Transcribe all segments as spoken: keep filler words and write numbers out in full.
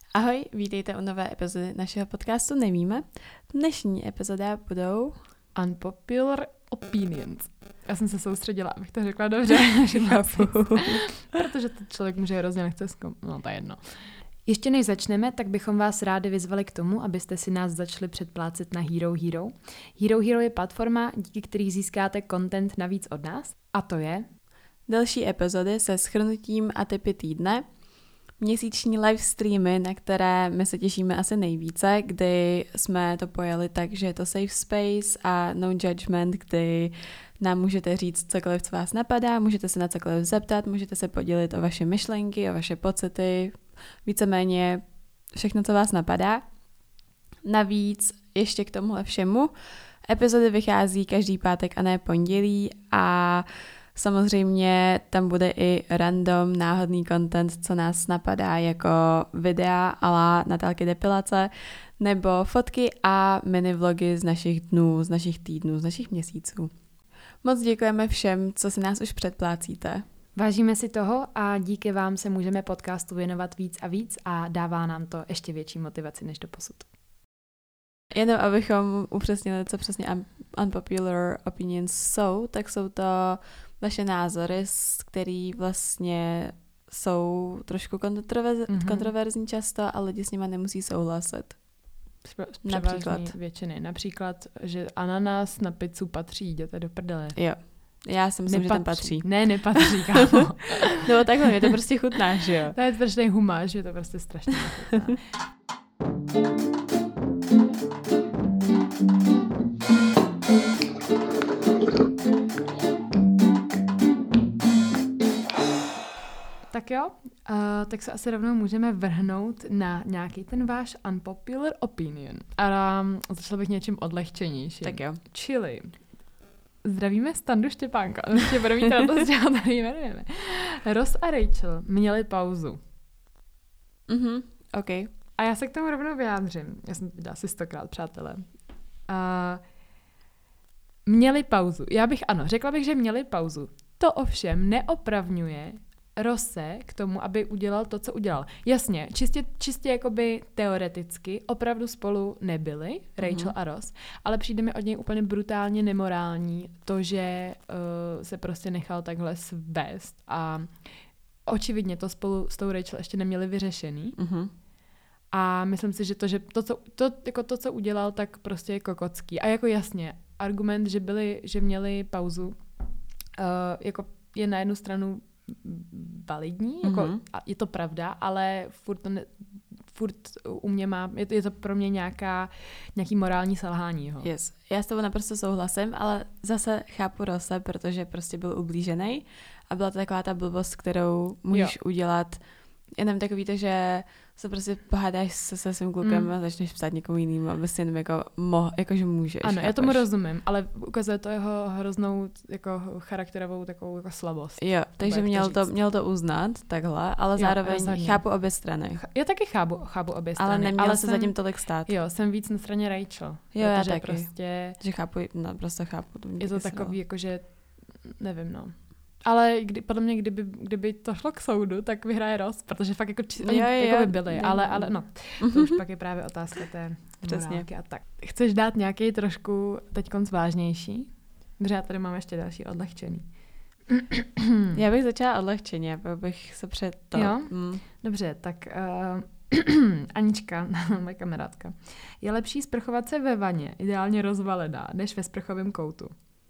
Ahoj, vítejte u nové epizody našeho podcastu Nevíme. Dnešní epizoda budou Unpopular Opinions. Já jsem se soustředila, abych to řekla dobře. Protože to člověk může hrozně nechce zkom... No, to je jedno. Ještě než začneme, tak bychom vás rádi vyzvali k tomu, abyste si nás začali předplácet na Hero Hero. Hero Hero je platforma, díky který získáte content navíc od nás. A to je další epizody se shrnutím a tipy týdne, měsíční live streamy, na které my se těšíme asi nejvíce, kdy jsme to pojali tak, že je to safe space a no judgment, kdy nám můžete říct cokoliv, co vás napadá, můžete se na cokoliv zeptat, můžete se podělit o vaše myšlenky, o vaše pocity, víceméně všechno, co vás napadá. Navíc ještě k tomuhle všemu epizody vychází každý pátek a ne pondělí a samozřejmě tam bude i random, náhodný content, co nás napadá, jako videa a la Natálky depilace, nebo fotky a mini vlogy z našich dnů, z našich týdnů, z našich měsíců. Moc děkujeme všem, co si nás už předplácíte. Vážíme si toho a díky vám se můžeme podcastu věnovat víc a víc a dává nám to ještě větší motivaci než doposud. Jenom abychom upřesnili, co přesně unpopular opinions jsou, tak jsou to vaše názory, který vlastně jsou trošku kontroverz- mm-hmm. kontroverzní často a lidi s nima nemusí souhlasit. Například většiny. Například, že ananas na pizzu patří, jděte do prdele. Jo. Já si myslím, nepatří. Že tam patří. Ne, nepatří, kámo. No takhle, mě to prostě chutná, že jo? To je strašný humáš, že to prostě strašně chutná. Tak jo, uh, tak se asi rovnou můžeme vrhnout na nějaký ten váš unpopular opinion. A um, začala bych něčím odlehčenějším. Tak jo. Čili zdravíme Standu Štěpánka. Ještě bude mít radost, že ho tady jmenujeme. Ross a Rachel měli pauzu. Mhm, ok. A já se k tomu rovnou vyjádřím. Já jsem to viděla asi stokrát, přátelé. Uh, měli pauzu. Já bych, ano, řekla bych, že měli pauzu. To ovšem neopravňuje Rosse k tomu, aby udělal to, co udělal. Jasně, čistě, čistě jakoby teoreticky opravdu spolu nebyli, Rachel mm-hmm. a Ross, ale přijde mi od něj úplně brutálně nemorální to, že uh, se prostě nechal takhle svést a očividně to spolu s tou Rachel ještě neměli vyřešený. Mm-hmm. A myslím si, že to, že to, co, to, jako to, co udělal, tak prostě je kokocký. A jako jasně, argument, že byli, že měli pauzu, uh, jako je na jednu stranu validní, jako, mm-hmm. je to pravda, ale furt, to ne, furt u mě má, je to, je to pro mě nějaká, nějaký morální selhání. Jo. Yes. Já s tebou naprosto souhlasím, ale zase chápu Rose, protože prostě byl ublížený a byla to taková ta blbost, kterou můžeš jo. udělat, jenom takový to, že se prostě pohádáš se, se svým klukem mm. a začneš psát někomu jinému, aby si jenom jako mohl, jakože můžeš. Ano, chápeš? Já tomu rozumím, ale ukazuje to jeho hroznou jako charakterovou takovou jako slabost. Jo, takže měl to, měl to uznat takhle, ale jo, zároveň rozhodně. Chápu obě strany. Já taky chápu, chápu obě strany. Ale neměl ale se jsem, zatím tolik stát. Jo, jsem víc na straně Rachel. Jo, já taky. Prostě, že chápu, naprosto chápu. To je to takový, jakože, nevím, no. Ale kdy, podle mě, kdyby, kdyby to šlo k soudu, tak vyhraje Ross, protože fakt jako, či, jo, jo, jako by byli, jo. ale, ale no, to už pak je právě otázka té morálky a tak. Chceš dát nějaký trošku teďkonc vážnější? Protože já tady mám ještě další odlehčený. Já bych začala odlehčeně, abych se před to... Jo? Mm. Dobře, tak uh, Anička, moje kamarádka, je lepší sprchovat se ve vaně, ideálně rozvalená, než ve sprchovém koutu.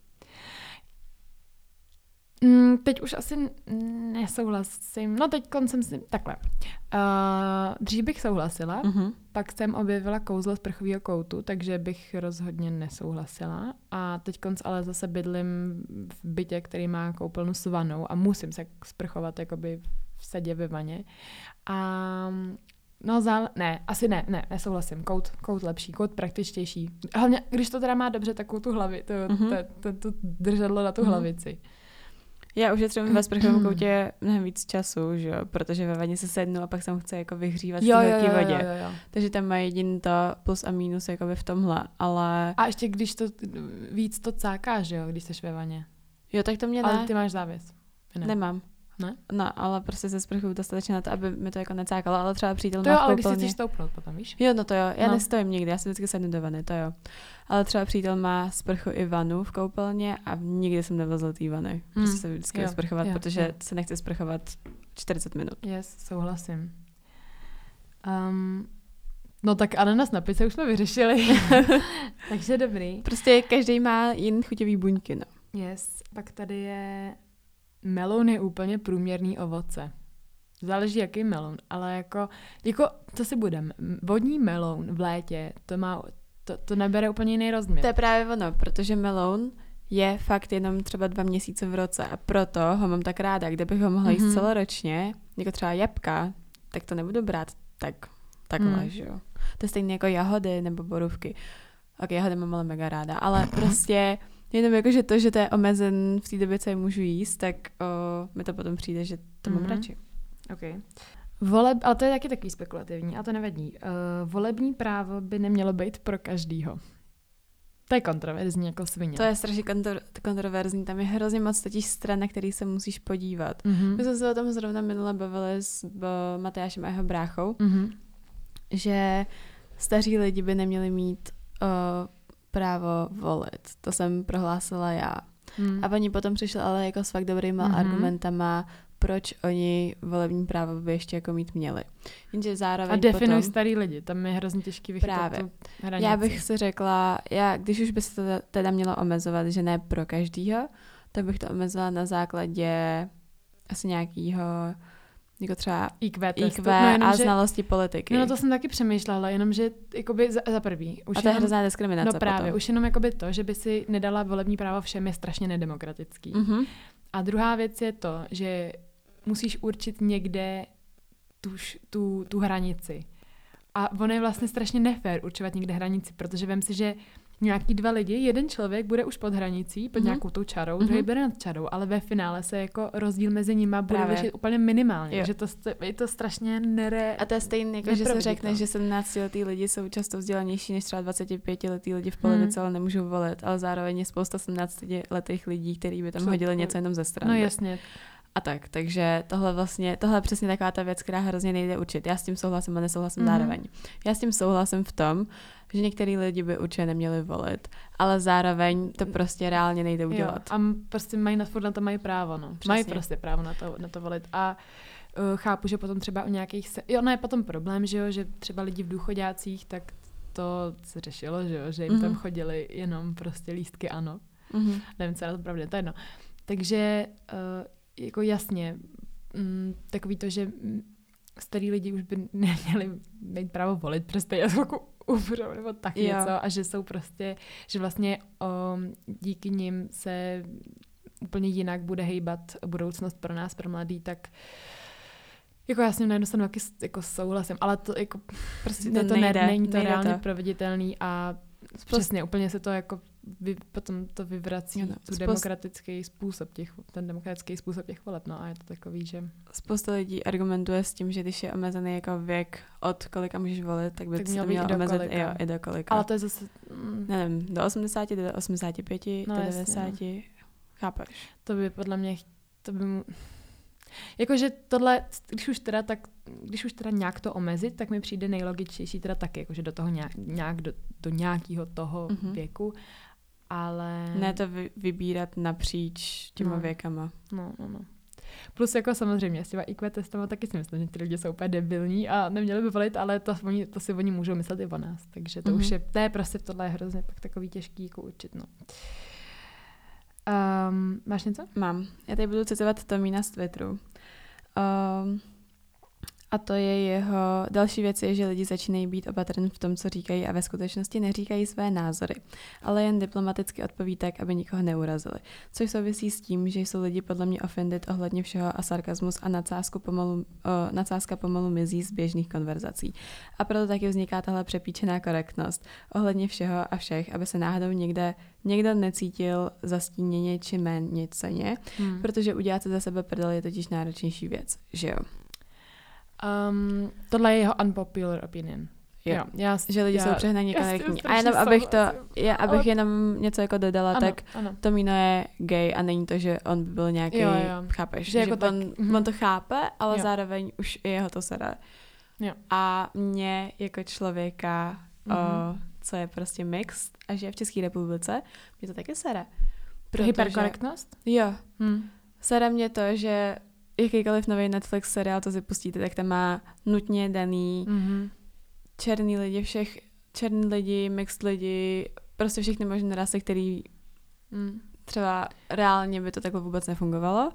Mm, teď už asi nesouhlasím. No teď koncem si... Takhle. Uh, dřív bych souhlasila, uh-huh. pak jsem objevila kouzlo sprchového koutu, takže bych rozhodně nesouhlasila. A teď konc ale zase bydlím v bytě, který má koupelnu s vanou a musím se sprchovat jakoby v sedě ve vaně. A no zál... Ne, asi ne, ne, nesouhlasím. Kout, kout lepší, kout praktičtější. Hlavně, když to teda má dobře takovou tu hlavi, to, uh-huh. to, to, to držadlo na tu uh-huh. hlavici. Já už třeba ve sprchovém koutě mnohem víc času, že jo? Protože ve vaně se sednu a pak jsem chce jako vyhřívat jo, v té horké vodě. Jo, jo, jo. Takže tam má jediný to plus a mínus jakoby v tomhle, ale... A ještě když to víc to cákáš, jo, když jsi ve vaně. Jo, tak to mě ne. Ale ty máš závěs. Ne. Nemám. Ne? No, ale prostě se sprchuju dostatečně na to, aby mi to jako necákalo, ale třeba přítel To má jo, v ale když si koupelně... chceš stoupnout potom, víš? Jo, no to jo, já No. nestojím nikdy, já si vždycky sednu do vany, to jo. Ale třeba přítel má sprchu i vanu v koupelně a nikdy jsem nevlezla té vany. Prostě Hmm. se vždycky Jo, sprchovat, jo, protože jo. se nechci sprchovat čtyřicet minut. Yes, souhlasím. Um, no tak ananas na pice už jsme vyřešili. Takže dobrý. Prostě každý má jiný chuťový buňky, no. Yes, pak tady je... Meloun je úplně průměrný ovoce. Záleží, jaký meloun, ale jako, jako to si budem. Vodní meloun v létě, to má, to, to nebere úplně jiný rozměr. To je právě ono, protože meloun je fakt jenom třeba dva měsíce v roce a proto ho mám tak ráda. Kdybych ho mohla jíst Mhm. celoročně, jako třeba jabka, tak to nebudu brát tak, takhle, Hmm. že jo. To je stejně jako jahody nebo borůvky. Ok, jahody mám ale mega ráda, ale prostě jenom jako, že to, že to je omezen v té době, co je můžu jíst, tak o, mi to potom přijde, že to mám Mhm. radši. Okay. Voleb, ale to je taky takový spekulativní a to nevadí. Uh, volební právo by nemělo být pro každýho. To je kontroverzní jako svině. To je strašně kontro- kontroverzní, tam je hrozně moc totiž stran, na který se musíš podívat. Mm-hmm. My jsme se o tom zrovna minule bavili s b- Matyášem a jeho bráchou, Mm-hmm. že staří lidi by neměli mít uh, právo volit. To jsem prohlásila já. Mm. A oni potom přišli ale jako s fakt dobrýma Mhm. argumentama, proč oni volební právo by ještě jako mít měli. Jenže zároveň A definuj potom... starý lidi, tam je hrozně těžký vychytat Právě. tu hranici. Já bych si řekla, já, když už by se to teda mělo omezovat, že ne pro každýho, tak bych to omezovala na základě asi nějakého, jako třeba í kvé í testu. kvé jenom, a že- znalosti politiky. No, no to jsem taky přemýšlela, jenomže jakoby za, za prvý. Už a to je jenom, hrozná diskriminace no právě, potom. už jenom jakoby to, že by si nedala volební právo všem je strašně nedemokratický. Mhm. A druhá věc je to, že musíš určit někde tu, š- tu, tu hranici. A ono je vlastně strašně nefér určovat někde hranici, protože vem si, že nějaký dva lidi, jeden člověk bude už pod hranicí, pod Mhm. nějakou tou čarou, Mhm. druhý bude nad čarou, ale ve finále se jako rozdíl mezi nimi bude Právě. lišit úplně minimálně. Jo. Takže to, st- je to strašně nere... A to je stejné, jako že se Neproveditelné. řekne, že sedmnáctiletí lidi jsou často vzdělanější než třeba dvacetipětiletí lidi v politice, Hmm. ale nemůžou volit, ale zároveň je spousta sedmnáctiletých lidí, kteří by tam Jsou hodili cool. něco jenom ze strany. No jasně. A tak, takže tohle vlastně, tohle je přesně taková ta věc, která hrozně nejde učit. Já s tím souhlasím a nesouhlasím Mhm. zároveň. Já s tím souhlasím v tom, že některý lidi by určitě neměli volit, ale zároveň to prostě reálně nejde udělat. Jo, a m- prostě mají na, furt na to mají právo, no. Přesně. Mají prostě právo na to, na to volit. A uh, chápu, že potom třeba u nějakých... Se... Jo, no je potom problém, že jo, že třeba lidi v důchodácích, tak to se řešilo, že jo, že jim mm-hmm. tam Mhm. chodili jenom prostě lístky ano. Mhm. Nevím, co je na to pravda, to je jedno. Takže uh, jako jasně, mm, takový to, že mm, starý lidi už by neměli mít právo volit, prostě je jako umřou nebo tak Jo. něco a že jsou prostě, že vlastně um, díky nim se úplně jinak bude hejbat budoucnost pro nás, pro mladý, tak jako já s ním na jednu stranu taky s- jako souhlasím, ale to jako Prostě ne, to to nejde, ne, není to nejde reálně to. proveditelný a přesně, úplně se to jako vy, potom to vyvrací Jo, no. tu Spoust- demokratický způsob těch, ten demokratický způsob těch voleb, no a je to takový, že Spousta lidí argumentuje s tím, že když je omezený jako věk, od kolika můžeš volit, tak by Tak se mělo to být mělo i do omezit kolika. jo, i do kolika. ale to je zase, mm, Nevím, do osmdesáti, do osmdesáti pěti, No do jasně, devadesáti. Chápeš? to by podle mě, to by mu... Jakože tohle, když už teda tak, když už teda nějak to omezit, tak mi přijde nejlogičtější teda taky, jakože do toho nějak, nějak do, do nějakého toho Mhm. věku, ale... Ne to vy, vybírat napříč těma No. věkama. No, no, no. Plus jako samozřejmě, s těma í kvé testama taky si myslím, že ty lidi jsou úplně debilní a neměli by volit, ale to, oni, to si oni můžou myslet i o nás. Takže to Mhm. už je, to je prostě tohle je hrozně pak takový těžký jako určit, no. Um, máš něco? Mám. Já tady budu citovat Tomína z Twitteru. Um, a to je jeho... Další věc je, že lidi začínají být opatrní v tom, co říkají a ve skutečnosti neříkají své názory, ale jen diplomaticky odpoví tak, aby nikoho neurazili. Což souvisí s tím, že jsou lidi podle mě offended ohledně všeho a sarkazmus a nadsázku pomalu, o, nadsázka pomalu mizí z běžných konverzací. A proto taky vzniká tahle přepíčená korektnost ohledně všeho a všech, aby se náhodou někde někdo necítil zastíněně či méněcenně, Hmm. protože udělat se za sebe prdel je totiž náročnější věc, že jo? Um, tohle je jeho unpopular opinion. Jo. jo já, že lidi já, jsou přehnaně korektní. A jenom souhlasím. abych to, já, abych Ale... jenom něco jako dodala, ano, tak ano. to Míno je gay a není to, že on by byl nějaký, jo, jo. chápeš, že, že, jako že tak, on, mm-hmm. on to chápe, ale jo. zároveň už i jeho to sere. Jo. A mě jako člověka, mm-hmm. o, co je prostě mixed a že je v České republice, mě to taky sere. Protože, hyperkorektnost? Jo. Hmm. Sere mě to, že jakýkoliv nový Netflix seriál to si pustíte, tak tam má nutně daný mm-hmm. černý lidi, všech černý lidi, mixed lidi, prostě všechny možné rasy, který mm. třeba reálně by to takhle vůbec nefungovalo.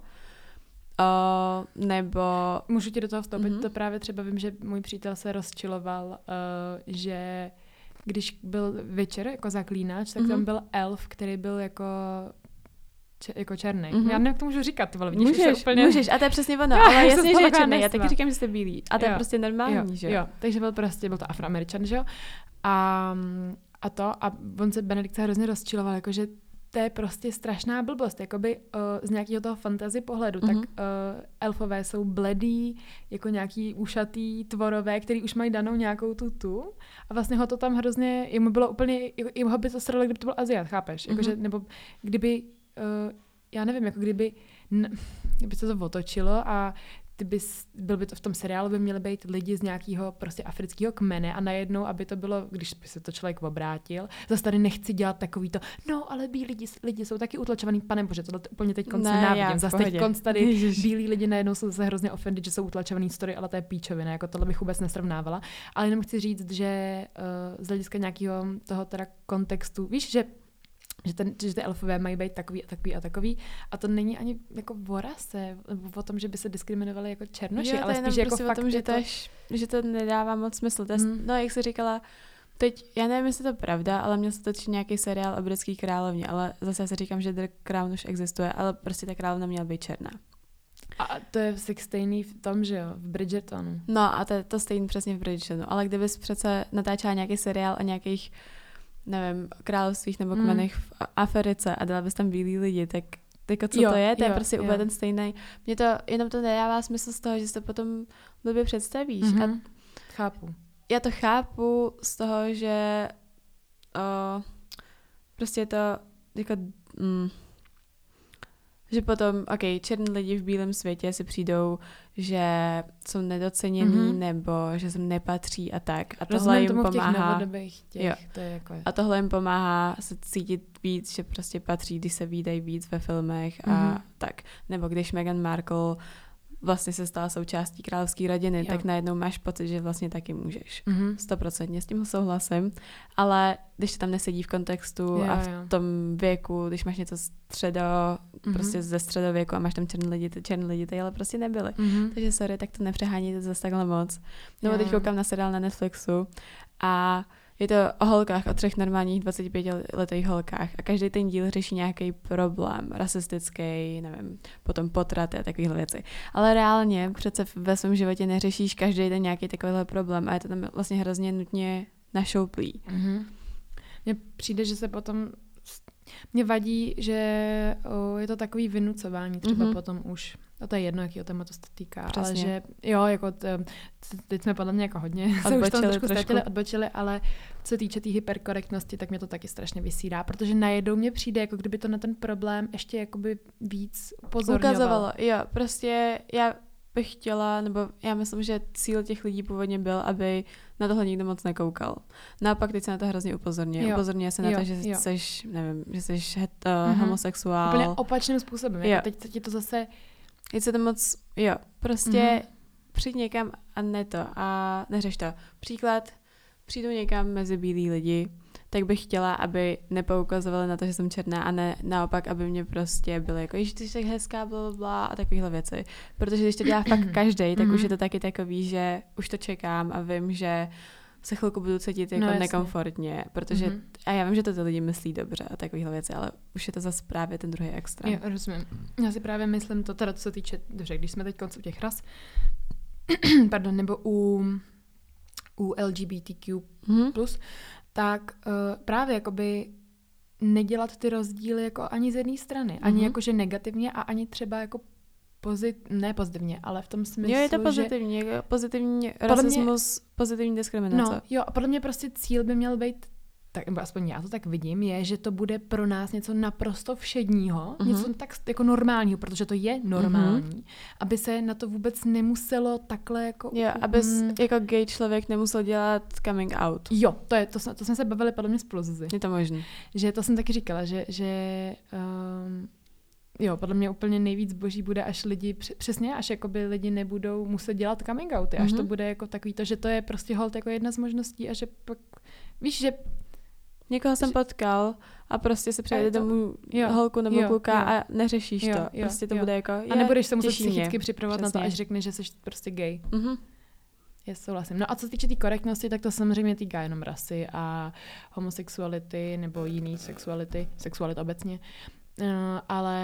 O, nebo... Můžu ti do toho vstoupit? Mm-hmm. To právě třeba vím, že můj přítel se rozčiloval, uh, že když byl večer jako zaklínač, tak mm-hmm. tam byl elf, který byl jako če- jako černý. Mm-hmm. Já nevím, jak to můžu říkat, ty vole, vidíš, můžeš, úplně... můžeš, a to je přesně ono, Já, ale jasně, že je černý, já taky taky říkám, že jste bílí. A to jo. je prostě normální, jo, že jo? Jo, takže byl prostě, byl to Afroameričan, že jo? A, a to, a on se Benedikt se hrozně rozčiloval, jakože to je prostě strašná blbost, jakoby uh, z nějakého toho fantasy pohledu, mm-hmm. tak uh, elfové jsou bledý, jako nějaký ušatý tvorové, který už mají danou nějakou tu tu a vlastně ho to tam hrozně, jemu bylo úplně, jemu by to sralo, kdyby to byl Aziat, chápeš? Jakože, mm-hmm. nebo kdyby, uh, já nevím, jako kdyby, n- kdyby se to otočilo a ty bys, byl by to v tom seriálu, by měly být lidi z nějakého prostě afrického kmene a najednou, aby to bylo, když by se to člověk obrátil, zase tady nechci dělat takový to, no ale bílí lidi, lidi jsou taky utlačovaný, pane bože, tohle úplně teď konc nenávidím, zase teď konc tady Ježiš. Bílí lidi najednou jsou zase hrozně offended, že jsou utlačovaný story, ale to je píčovina, jako tohle bych vůbec nesrovnávala, ale jenom chci říct, že uh, z hlediska nějakého toho teda kontextu, víš, že Že, ten, že ty elfové mají být takový a takový a takový. A to není ani jako o rase, nebo o tom, že by se diskriminovali jako černoši, jo, ale spíš jako prostě fakt o tom, že to, to... že to nedává moc smysl. To je, hmm. No, jak jsi říkala, teď, já nevím, jestli to je pravda, ale měl se točit nějaký seriál o britský královně, ale zase si říkám, že The Crown už existuje, ale prostě ta královna měla být černá. A to je stejný v tom, že jo, v Bridgertonu. No a to je to stejný přesně v Bridgertonu, ale kdybys přece natáčela nějaký seriál o nějakých nevím, královstvích nebo kmenech mm. v Africe a dala bys tam bílí lidi, tak jako co jo, to je? To jo, je prostě jo. úplně ten stejný. Mně to, jenom to nedává smysl z toho, že si to potom blbě představíš. Mm-hmm. A chápu. Já to chápu z toho, že o, prostě je to jako mm, že potom, ok, černí lidi v bílém světě si přijdou, že jsou nedoceněný mm-hmm. nebo že sem nepatří a tak. A tohle Rozumím jim tomu pomáhá. V těch těch, to je jako... A tohle jim pomáhá se cítit víc, že prostě patří, když se vídají víc ve filmech a mm-hmm. tak. Nebo když Meghan Markle vlastně se stala součástí královské rodiny, jo. tak najednou máš pocit, že vlastně taky můžeš. Stoprocentně mm-hmm. s tím souhlasím. Ale když to tam nesedí v kontextu jo, a v jo. tom věku, když máš něco středo, mm-hmm. prostě ze středověku a máš tam černý lidi, ty černý lidi tady ale prostě nebyly. Mm-hmm. Takže sorry, tak to nepřeháníte zase takhle moc. Nebo teď koukám na seriál na Netflixu a je to o holkách, o třech normálních dvacetipětiletých holkách a každý ten díl řeší nějaký problém, rasistický, nevím, potom potraty a takovéhle věci. Ale reálně přece ve svém životě neřešíš každý den nějaký takovýhle problém a je to tam vlastně hrozně nutně našouplý. Mm-hmm. Mně přijde, že se potom... Mně vadí, že o, je to takový vynucování třeba mm-hmm. potom už. A to je jedno, jakýho tématu se to týká. Přesně. Ale že, jo, jako t, teď jsme podle mě jako hodně se už tam trošku ztratili, odbočili, ale co se týče té tý hyperkorektnosti, tak mě to taky strašně vysírá, protože najednou mně přijde, jako kdyby to na ten problém ještě jakoby víc upozorňovalo. Ukazovalo, jo, prostě já bych chtěla, nebo já myslím, že cíl těch lidí původně byl, aby na tohle nikdo moc nekoukal. Naopak teď se na to hrozně upozorňuje. Upozorňuje se na jo, to, že jo. jsi, nevím, že jsi het, uh, mm-hmm. homosexuál. Úplně opačným způsobem. Jako teď ti to zase... Je se to moc, jo, prostě mm-hmm. přijď někam a ne to a neřeš to. Příklad, přijdu někam mezi bílí lidi, tak bych chtěla, aby nepoukazovali na to, že jsem černá a ne naopak, aby mě prostě bylo jako, že ty jsi tak hezká, blablabla a takovéhle věci. Protože když to dělá fakt každej, tak mm-hmm. už je to taky takový, že už to čekám a vím, že se chvilku budu cítit jako no, nekomfortně, protože mm-hmm. a já vím, že to ty lidi myslí dobře a takovéhle věci, ale už je to zase právě ten druhý extrém. Jo, rozumím. Já si právě myslím to, teda co se týče, dobře, když jsme teď konc u těch ras, pardon, nebo u, u L G B T Q mm-hmm. plus, tak uh, právě jakoby nedělat ty rozdíly jako ani z jedné strany, mm-hmm. ani jakože negativně a ani třeba jako pozit, ne pozitivně, ale v tom smyslu, jo, je to pozitivní, že... pozitivní rasismus, mě... pozitivní diskriminace. No, jo, a podle mě prostě cíl by měl být, tak, nebo aspoň já to tak vidím, je, že to bude pro nás něco naprosto všedního, uh-huh. něco tak jako normálního, protože to je normální, uh-huh. aby se na to vůbec nemuselo takhle jako... Jo, aby mm, jako gay člověk nemusel dělat coming out. Jo, to je, to, to jsme se bavili podle mě spolu, Zuzi. Je to možné. Že to jsem taky říkala, že, že um, jo, podle mě úplně nejvíc boží bude, až lidi, přesně, až jakoby lidi nebudou muset dělat coming outy, mm-hmm. až to bude jako takový to, že to je prostě hold jako jedna z možností a že pak, víš, že někoho jsem že... potkal a prostě se přijde to... domů jo, holku nebo jo, kluka jo. a neřešíš jo, to. Jo, prostě to jo. bude jako... Je, a nebudeš se muset psychicky mě. připravovat přesně. Na to, až řekneš, že jsi prostě gay. Mm-hmm. Já souhlasím. No a co se týče té korektnosti, tak to samozřejmě týká jenom rasy a homosexuality nebo jiný sexuality, sexualit obecně. Uh, ale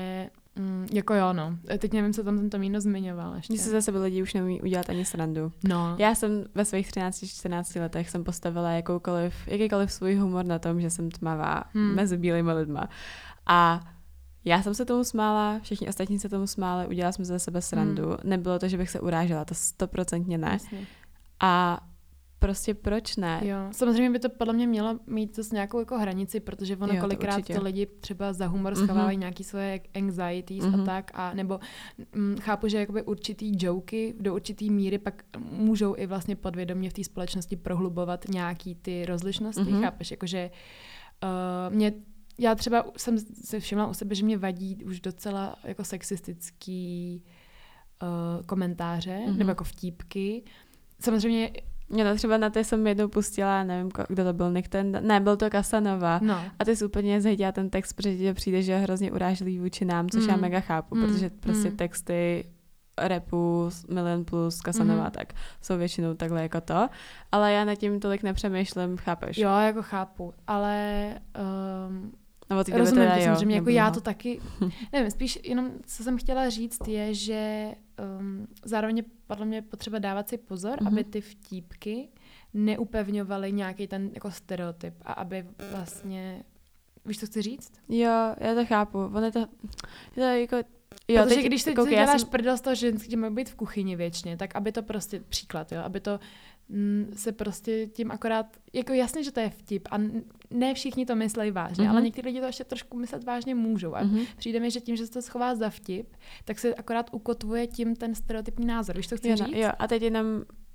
um, jako jo, no. Teď nevím, co tam tento Míno zmiňoval ještě. Mně se za sebe lidi už neumí udělat ani srandu. No. Já jsem ve svých třinácti čtrnácti letech jsem postavila jakoukoliv, jakýkoliv svůj humor na tom, že jsem tmavá hmm. mezi bílýma lidma. A já jsem se tomu smála, všichni ostatní se tomu smáli, udělala jsem za sebe srandu. Hmm. Nebylo to, že bych se urážela, to stoprocentně ne. Jasně. A prostě proč ne? Jo. Samozřejmě by to podle mě mělo mít zase nějakou jako hranici, protože ono jo, kolikrát to, to lidi třeba za humor schovávají mm-hmm. nějaký svoje anxieties mm-hmm. a tak, a nebo m, chápu, že jakoby určitý joky do určitý míry pak můžou i vlastně podvědomě v té společnosti prohlubovat nějaký ty rozlišnosti, mm-hmm. chápeš, jakože uh, mě já třeba jsem se všimla u sebe, že mě vadí už docela jako sexistický uh, komentáře, mm-hmm. nebo jako vtípky. Samozřejmě mě to třeba na té jsem jednou pustila, nevím, kdo to byl, Nick ten, ne, byl to Casanova. No. A ty jsi úplně zhejtila ten text, protože ti přijde, že je hrozně urážlivý vůči nám, což mm. já mega chápu, mm. protože prostě mm. texty rapu Milion plus Casanova, mm. tak jsou většinou takhle jako to. Ale já nad tím tolik nepřemýšlím, chápeš? Jo, jako chápu, ale... Um... No, ty rozumím, teda, to jo, samozřejmě, jako já to taky, nevím, spíš jenom, co jsem chtěla říct, je, že um, zároveň je podle mě potřeba dávat si pozor, mm-hmm. aby ty vtípky neupevňovaly nějaký ten jako stereotyp a aby vlastně, víš, co chci říct? Jo, já to chápu, ono je to, je to jako... Jo, protože teď, když ty kouk, děláš jsem... prdel z toho, že ženský má být v kuchyni věčně, tak aby to prostě, příklad, jo, aby to mm, se prostě tím akorát, jako jasně, že to je vtip a ne všichni to myslejí vážně, mm-hmm. ale někteří lidi to ještě trošku myslet vážně můžou a mm-hmm. přijde mi, že tím, že se to schová za vtip, tak se akorát ukotvuje tím ten stereotypní názor, víš, co chci jo, říct? Jo, a teď jenom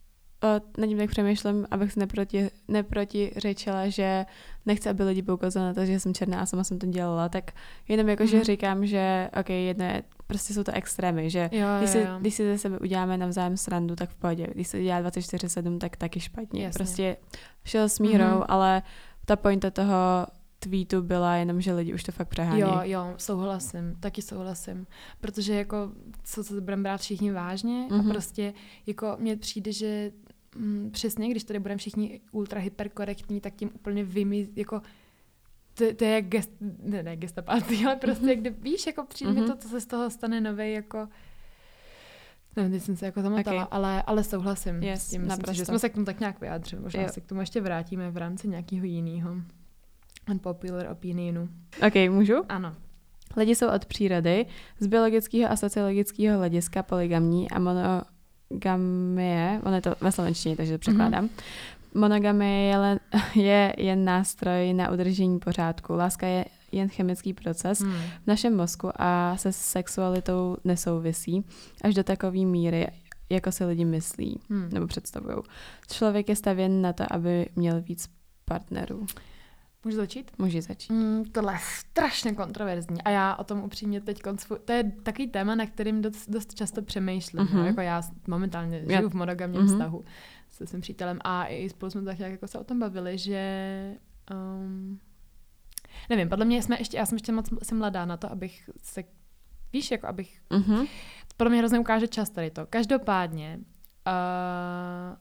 nad tím tak přemýšlím, abych si neproti, neprotiřečila, že nechci, aby lidi poukazali na to, že jsem černá a sama jsem to dělala, tak jenom jako, mm. že říkám, že ok, jedno je, prostě jsou to extrémy, že jo, když, si, jo, jo. když si ze sebe uděláme navzájem srandu, tak v pohodě, když se dělá dvacet čtyři sedm, tak taky špatně. Jasně. Prostě šel s mírou, mm. ale ta pointa toho tweetu byla jenom, že lidi už to fakt přehání. Jo, jo, souhlasím, taky souhlasím, protože jako, co se budeme brát všichni vážně mm-hmm. a prostě jako mně přijde, že mm, přesně, když tady budeme všichni ultra hyperkorektní, tak tím úplně vymí, jako to, to je gest, ne, ne gestapáty, ale prostě, mm-hmm. kdy, víš, jako přijde mm-hmm. mi to, co se z toho stane novej, jako nevím, teď jsem se jako zamotala, okay. ale, ale souhlasím yes, s tím, myslím, že jsme se k tomu tak nějak vyjádřili, možná jo. se k tomu ještě vrátíme v rámci nějakého jiného unpopular opinionu. Ok, můžu? Ano. Lidi jsou od přírody, z biologického a sociologického hlediska polygamní a monogamie, ono je to ve slovenštině, takže to překládám. Mm-hmm. Monogamie je, len, je jen nástroj na udržení pořádku. Láska je jen chemický proces mm. v našem mozku a se sexualitou nesouvisí až do takové míry, jako si lidi myslí mm. nebo představují. Člověk je stavěn na to, aby měl víc partnerů. Můžu začít? Můžu začít. Mm, tohle je strašně kontroverzní a já o tom upřímně teď koncu... To je takový téma, na kterým dost, dost často přemýšlím. Mm-hmm. No, jako já momentálně žiju já... v monogamním mm-hmm. vztahu se svým přítelem a i spolu jsme tak nějak jako se o tom bavili, že... Um, nevím, podle mě jsme ještě... Já jsem ještě moc jsem mladá na to, abych se... Víš, jako abych... Mm-hmm. Podle mě hrozně ukáže čas tady to. Každopádně... Uh,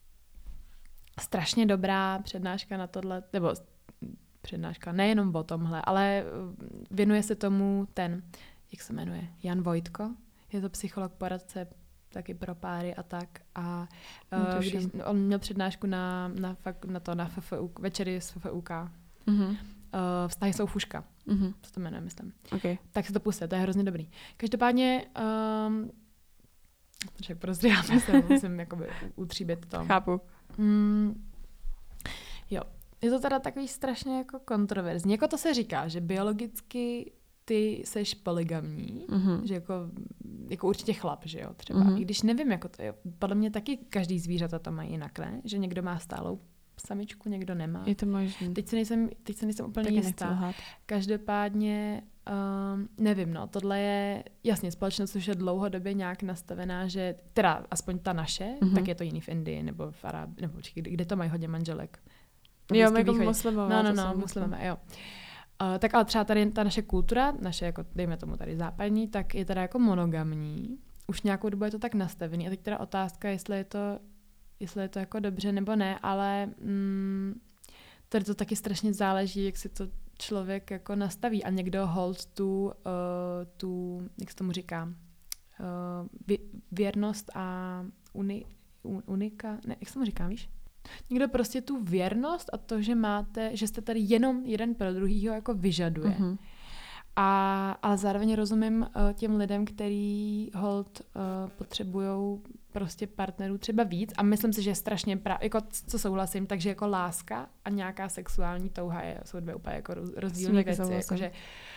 strašně dobrá přednáška na tohle... Nebo přednáška, nejenom o tomhle, ale věnuje se tomu ten, jak se jmenuje, Jan Vojtko, je to psycholog, poradce taky pro páry a tak a uh, když, on měl přednášku na, na, na to, na F F U, večery z F F U K mm-hmm. Vztahy jsou fuška. Mm-hmm. Co to jmenuje, myslím. Okay. Tak se to puste, to je hrozně dobrý. Každopádně, um, však prozříháme se, musím jakoby utříbit to. Chápu. Mm, jo, je to teda takový strašně jako kontroverzní. Jako to se říká, že biologicky ty seš polygamní, mm-hmm. že jako, jako určitě chlap, že jo, třeba. Mm-hmm. I když nevím, jako to je. Podle mě taky každý zvířata to mají jinak, ne? Že někdo má stálou samičku, někdo nemá. Je to možné. Teď se nejsem, teď se nejsem úplně jistá. Každopádně um, nevím, no, tohle je, jasně, společnost už je dlouhodobě nějak nastavená, že, teda aspoň ta naše, mm-hmm. tak je to jiný v Indii, nebo v Arábii, nebo kde, kde to mají hodně manželek. Jo, jako muslimové. No, no, no, muslimové, jo. Uh, tak ale třeba tady ta naše kultura, naše, jako dejme tomu tady západní, tak je teda jako monogamní. Už nějakou dobu je to tak nastavený. A teď teda otázka, jestli je to, jestli je to jako dobře nebo ne, ale mm, tady to taky strašně záleží, jak si to člověk jako nastaví. A někdo hold tu, uh, tu jak se tomu říká, uh, věrnost a uni, unika, ne, jak se tomu říká, víš? Někdo prostě tu věrnost a to, že máte, že jste tady jenom jeden pro druhýho jako vyžaduje. Mm-hmm. A, ale zároveň rozumím uh, těm lidem, který hold uh, potřebujou prostě partnerů třeba víc a myslím si, že je strašně právě, jako co souhlasím, takže jako láska a nějaká sexuální touha je, jsou dvě úplně jako rozdílné věci. Jakože,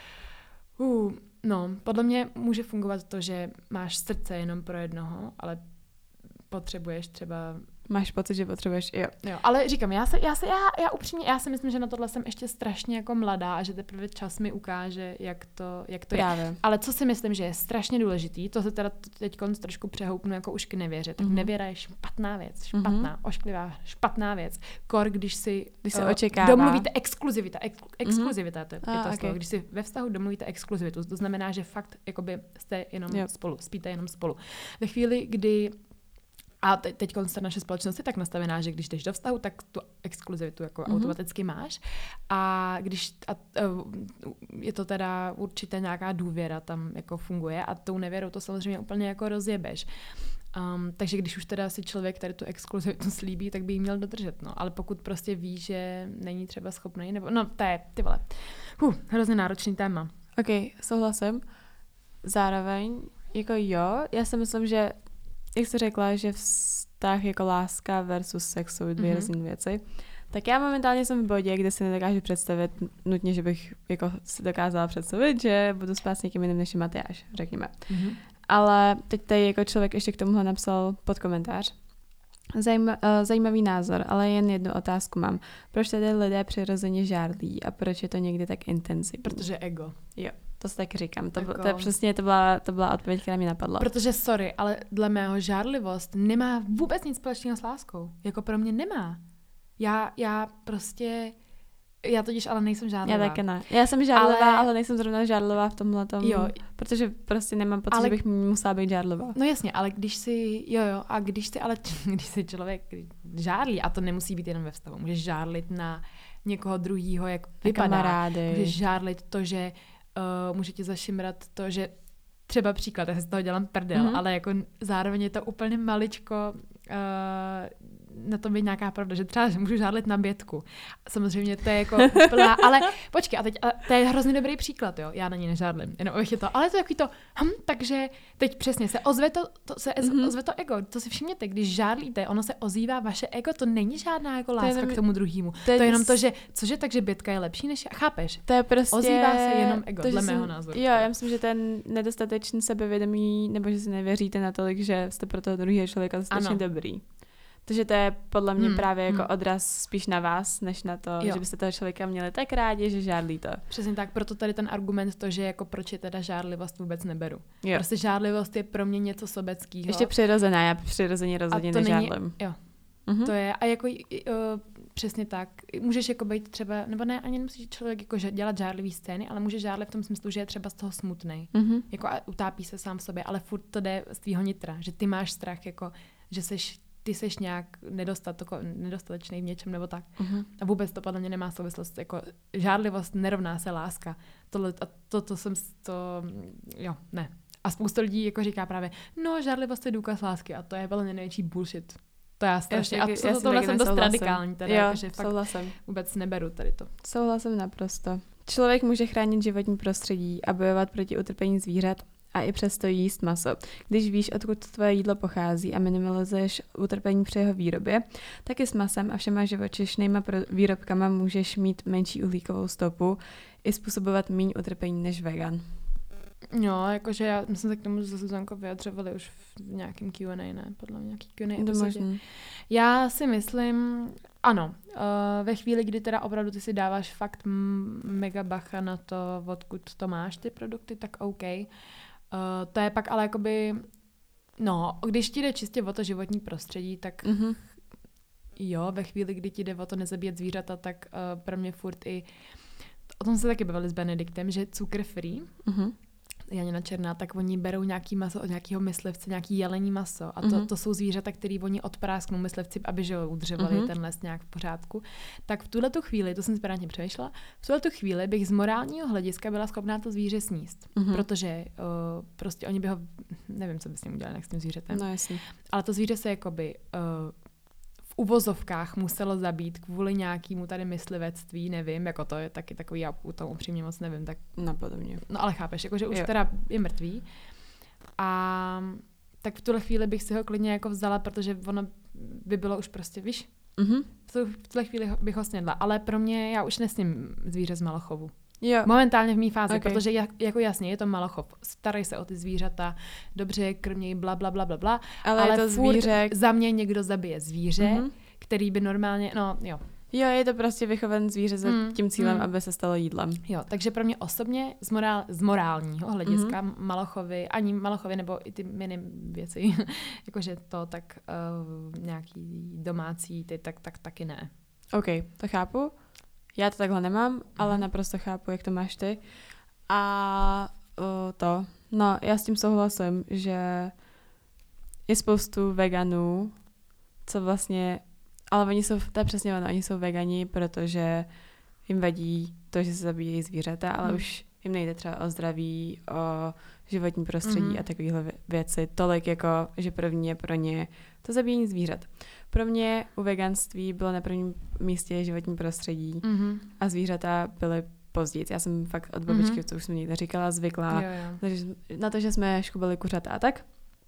uh, no, podle mě může fungovat to, že máš srdce jenom pro jednoho, ale potřebuješ třeba... Máš pocit, že potřebuješ, jo. jo. Ale říkám, já, se, já, se, já, já upřímně, já si myslím, že na tohle jsem ještě strašně jako mladá a že teprve čas mi ukáže, jak to, jak to je. Ale co si myslím, že je strašně důležitý, to se teda teď trošku přehoupnu jako už k nevěře, tak mm-hmm. nevěra je špatná věc, špatná, mm-hmm. ošklivá, špatná věc. Kor, když si když se uh, očekává. domluvíte exkluzivita, ex, exkluzivita, mm-hmm. to je, je to ah, slovo, okay. Když si ve vztahu domluvíte exkluzivitu, to znamená, že fakt jakoby jste jenom yep. spolu, spíte jenom spolu. Ve chvíli, kdy a te- teď ta naše společnost je tak nastavená, že když jdeš do vztahu, tak tu exkluzivitu jako mm-hmm. automaticky máš. A když a, uh, je to teda určitě nějaká důvěra tam jako funguje a tou nevěrou to samozřejmě úplně jako rozjebeš. Um, takže když už teda si člověk tady tu exkluzivitu slíbí, tak by ji měl dodržet. No. Ale pokud prostě ví, že není třeba schopný, nebo no to je, ty vole, huh, hrozně náročný téma. Ok, souhlasím. Zároveň, jako jo, já si myslím, že jak jsi řekla, že vztah jako láska versus sex jsou dvě mm-hmm. různé věci, tak já momentálně jsem v bodě, kde si nedokážu představit nutně, že bych jako si dokázala představit, že budu spát s někým jiným než Matyáš, řekněme. Mm-hmm. Ale teď tady jako člověk ještě k tomuhle napsal pod komentář. Zajma, uh, zajímavý názor, ale jen jednu otázku mám. Proč tedy lidé přirozeně žárlí a proč je to někdy tak intenzivní? Protože ego. Jo. To si tak říkám. To, jako... to je přesně, to byla, to byla odpověď, která mi napadla. Protože, sorry, ale dle mého žárlivost nemá vůbec nic společného s láskou. Jako pro mě nemá. Já, já prostě... Já totiž ale nejsem žárlivá. Já taky ne. Já jsem žárlivá, ale, ale nejsem zrovna žárlivá v tomhletom. Jo. Protože prostě nemám pocit, ale... že bych musela být žárlivá. No jasně, ale když si... Jo, jo. A když si ale... Když si člověk žárlí, a to nemusí být jenom ve vztahu. Můžeš žárlit na někoho druhýho, jak vypadá. Kamarády. Můžeš žárlit to, že Uh, může ti zašimrat to, že třeba příklad, já si z toho dělám prdel, mm-hmm. ale jako zároveň je to úplně maličko uh, na tom být nějaká pravda, že třeba že můžu žádlit na bětku. Samozřejmě to je jako plná, ale počkej, a teď a to je hrozně dobrý příklad, jo, já na ní nežádlím, jenom abych je to, ale to je takový to, hm, takže teď přesně se ozve to, to se mm-hmm. ozve to ego, to si všimněte, když žádlíte, ono se ozývá vaše ego, to není žádná jako láska to je, k tomu druhému, to je, to je jenom to, že, cože, takže bětka je lepší než, chápeš? To je prostě, ozývá se jenom ego, to, dle jsem, mého názoru. Jo, já myslím, že ten nedostatečný sebevědomí, nebo že si nevěříte natolik, že jste pro toho druhého člověka dostatečně dobrý. Takže to je podle mě hmm, právě jako hmm. odraz spíš na vás, než na to, jo. že byste toho člověka měli tak rádi, že žádlí to. Přesně tak, proto tady ten argument to, že jako proč je teda žádlivost vůbec neberu. Jo. Prostě žádlivost je pro mě něco sobeckého. Ještě přirozená, já přirozeně rozhodně nežádlím. Není, jo. Mm-hmm. To je, a jako uh, přesně tak, můžeš jako být třeba, nebo ne, ani nemusíš člověk jako dělat žádlivý scény, ale může žádlit v tom smyslu, že je třeba z toho smutnej. Mm-hmm. Jako a utápí se sám v sobě, ale furt to jde z tvýho nitra, že ty máš strach, jako, že seš, ty seš nějak nedostatečný v něčem nebo tak. Mm-hmm. A vůbec to podle mě nemá souvislost, jako žádlivost nerovná se láska. Tohle, a to, to jsem, to, jo, ne. A spousta lidí jako říká právě, no žádlivost je důkaz lásky a to je velmi největší bullshit. To já strašně. Já A taky- co já to si tohle taky jsem dost nesouhlasím. radikální. Teda, Jo, jakože fakt souhlasím. vůbec neberu tady to. Souhlasím naprosto. Člověk může chránit životní prostředí a bojovat proti utrpení zvířat a i přesto jíst maso. Když víš, odkud tvoje jídlo pochází a minimalizuješ utrpení při jeho výrobě, tak i s masem a všema živočišnýma pro- výrobkama můžeš mít menší uhlíkovou stopu i způsobovat méně utrpení než vegan. Jo, jakože já, my jsme se k tomu se Zuzankou vyjadřovali už v nějakém Q and A, ne? Podle mě nějaký Q and A To epizodě. možný. Já si myslím, ano, uh, ve chvíli, kdy teda opravdu ty si dáváš fakt m- mega bacha na to, odkud to máš ty produkty, tak OK. Uh, to je pak ale jakoby, no, když ti jde čistě o to životní prostředí, tak Mhm. jo, ve chvíli, kdy ti jde o to nezabíjet zvířata, tak uh, pro mě furt i, o tom se taky bavili s Benediktem, že cukr free, Mhm. Janina Černá, tak oni berou nějaký maso od nějakého myslivce, nějaký jelení maso. A to, Mhm. to jsou zvířata, který oni odprásknou myslivci, aby že jo, udržovali Mhm. ten les nějak v pořádku. Tak v tuhle tu chvíli, to jsem správně přemýšlela, v tuhle tu chvíli bych z morálního hlediska byla schopná to zvíře sníst. Mhm. Protože uh, prostě oni by ho, nevím, co by s ním udělali, jak s tím zvířetem. No jasně. Ale to zvíře se jakoby uh, v uvozovkách muselo zabít kvůli nějakému tady myslivectví, nevím, jako to je taky takový, já u toho upřímně moc nevím, tak Napodobně. no ale chápeš, jakože už Jo. teda je mrtvý. A tak v tuhle chvíli bych si ho klidně jako vzala, protože ono by bylo už prostě, víš, Mhm. v tu- v tuhle chvíli ho- bych ho snědla. Ale pro mě, já už nesním zvíře z malochovu. Jo. Momentálně v mý fázi, Okay. protože jak, jako jasně, je to malochov. Starej se o ty zvířata, dobře je krměj, bla, bla, bla, bla, bla. Ale, ale je to furt zvíře. za mě někdo zabije zvíře, Mhm. který by normálně, no jo. Jo, je to prostě vychoven zvíře za Mm, tím cílem, mm. aby se stalo jídlem. Jo, takže pro mě osobně z, morál, z morálního hlediska mm-hmm. malochovy, ani malochovy nebo i ty mini věci, jakože to tak uh, nějaký domácí, ty tak, tak taky ne. OK, to chápu. Já to takhle nemám, ale Mhm. naprosto chápu, jak to máš ty. A uh, to, no já s tím souhlasím, že je spoustu veganů, co vlastně, ale oni jsou, to je přesně ono, oni jsou vegani, protože jim vadí to, že se zabíjejí zvířata, ale Mhm. už jim nejde třeba o zdraví, o životní prostředí Mhm. a takovéhle vě- věci. Tolik jako, že první je pro ně to zabíjení zvířat. Pro mě u veganství bylo na prvním místě životní prostředí Mm-hmm. a zvířata byly později. Já jsem fakt od babičky, Mhm. co už jsem někde říkala, zvyklá Jo, jo. na to, že- na to, že jsme škubali kuřata a tak.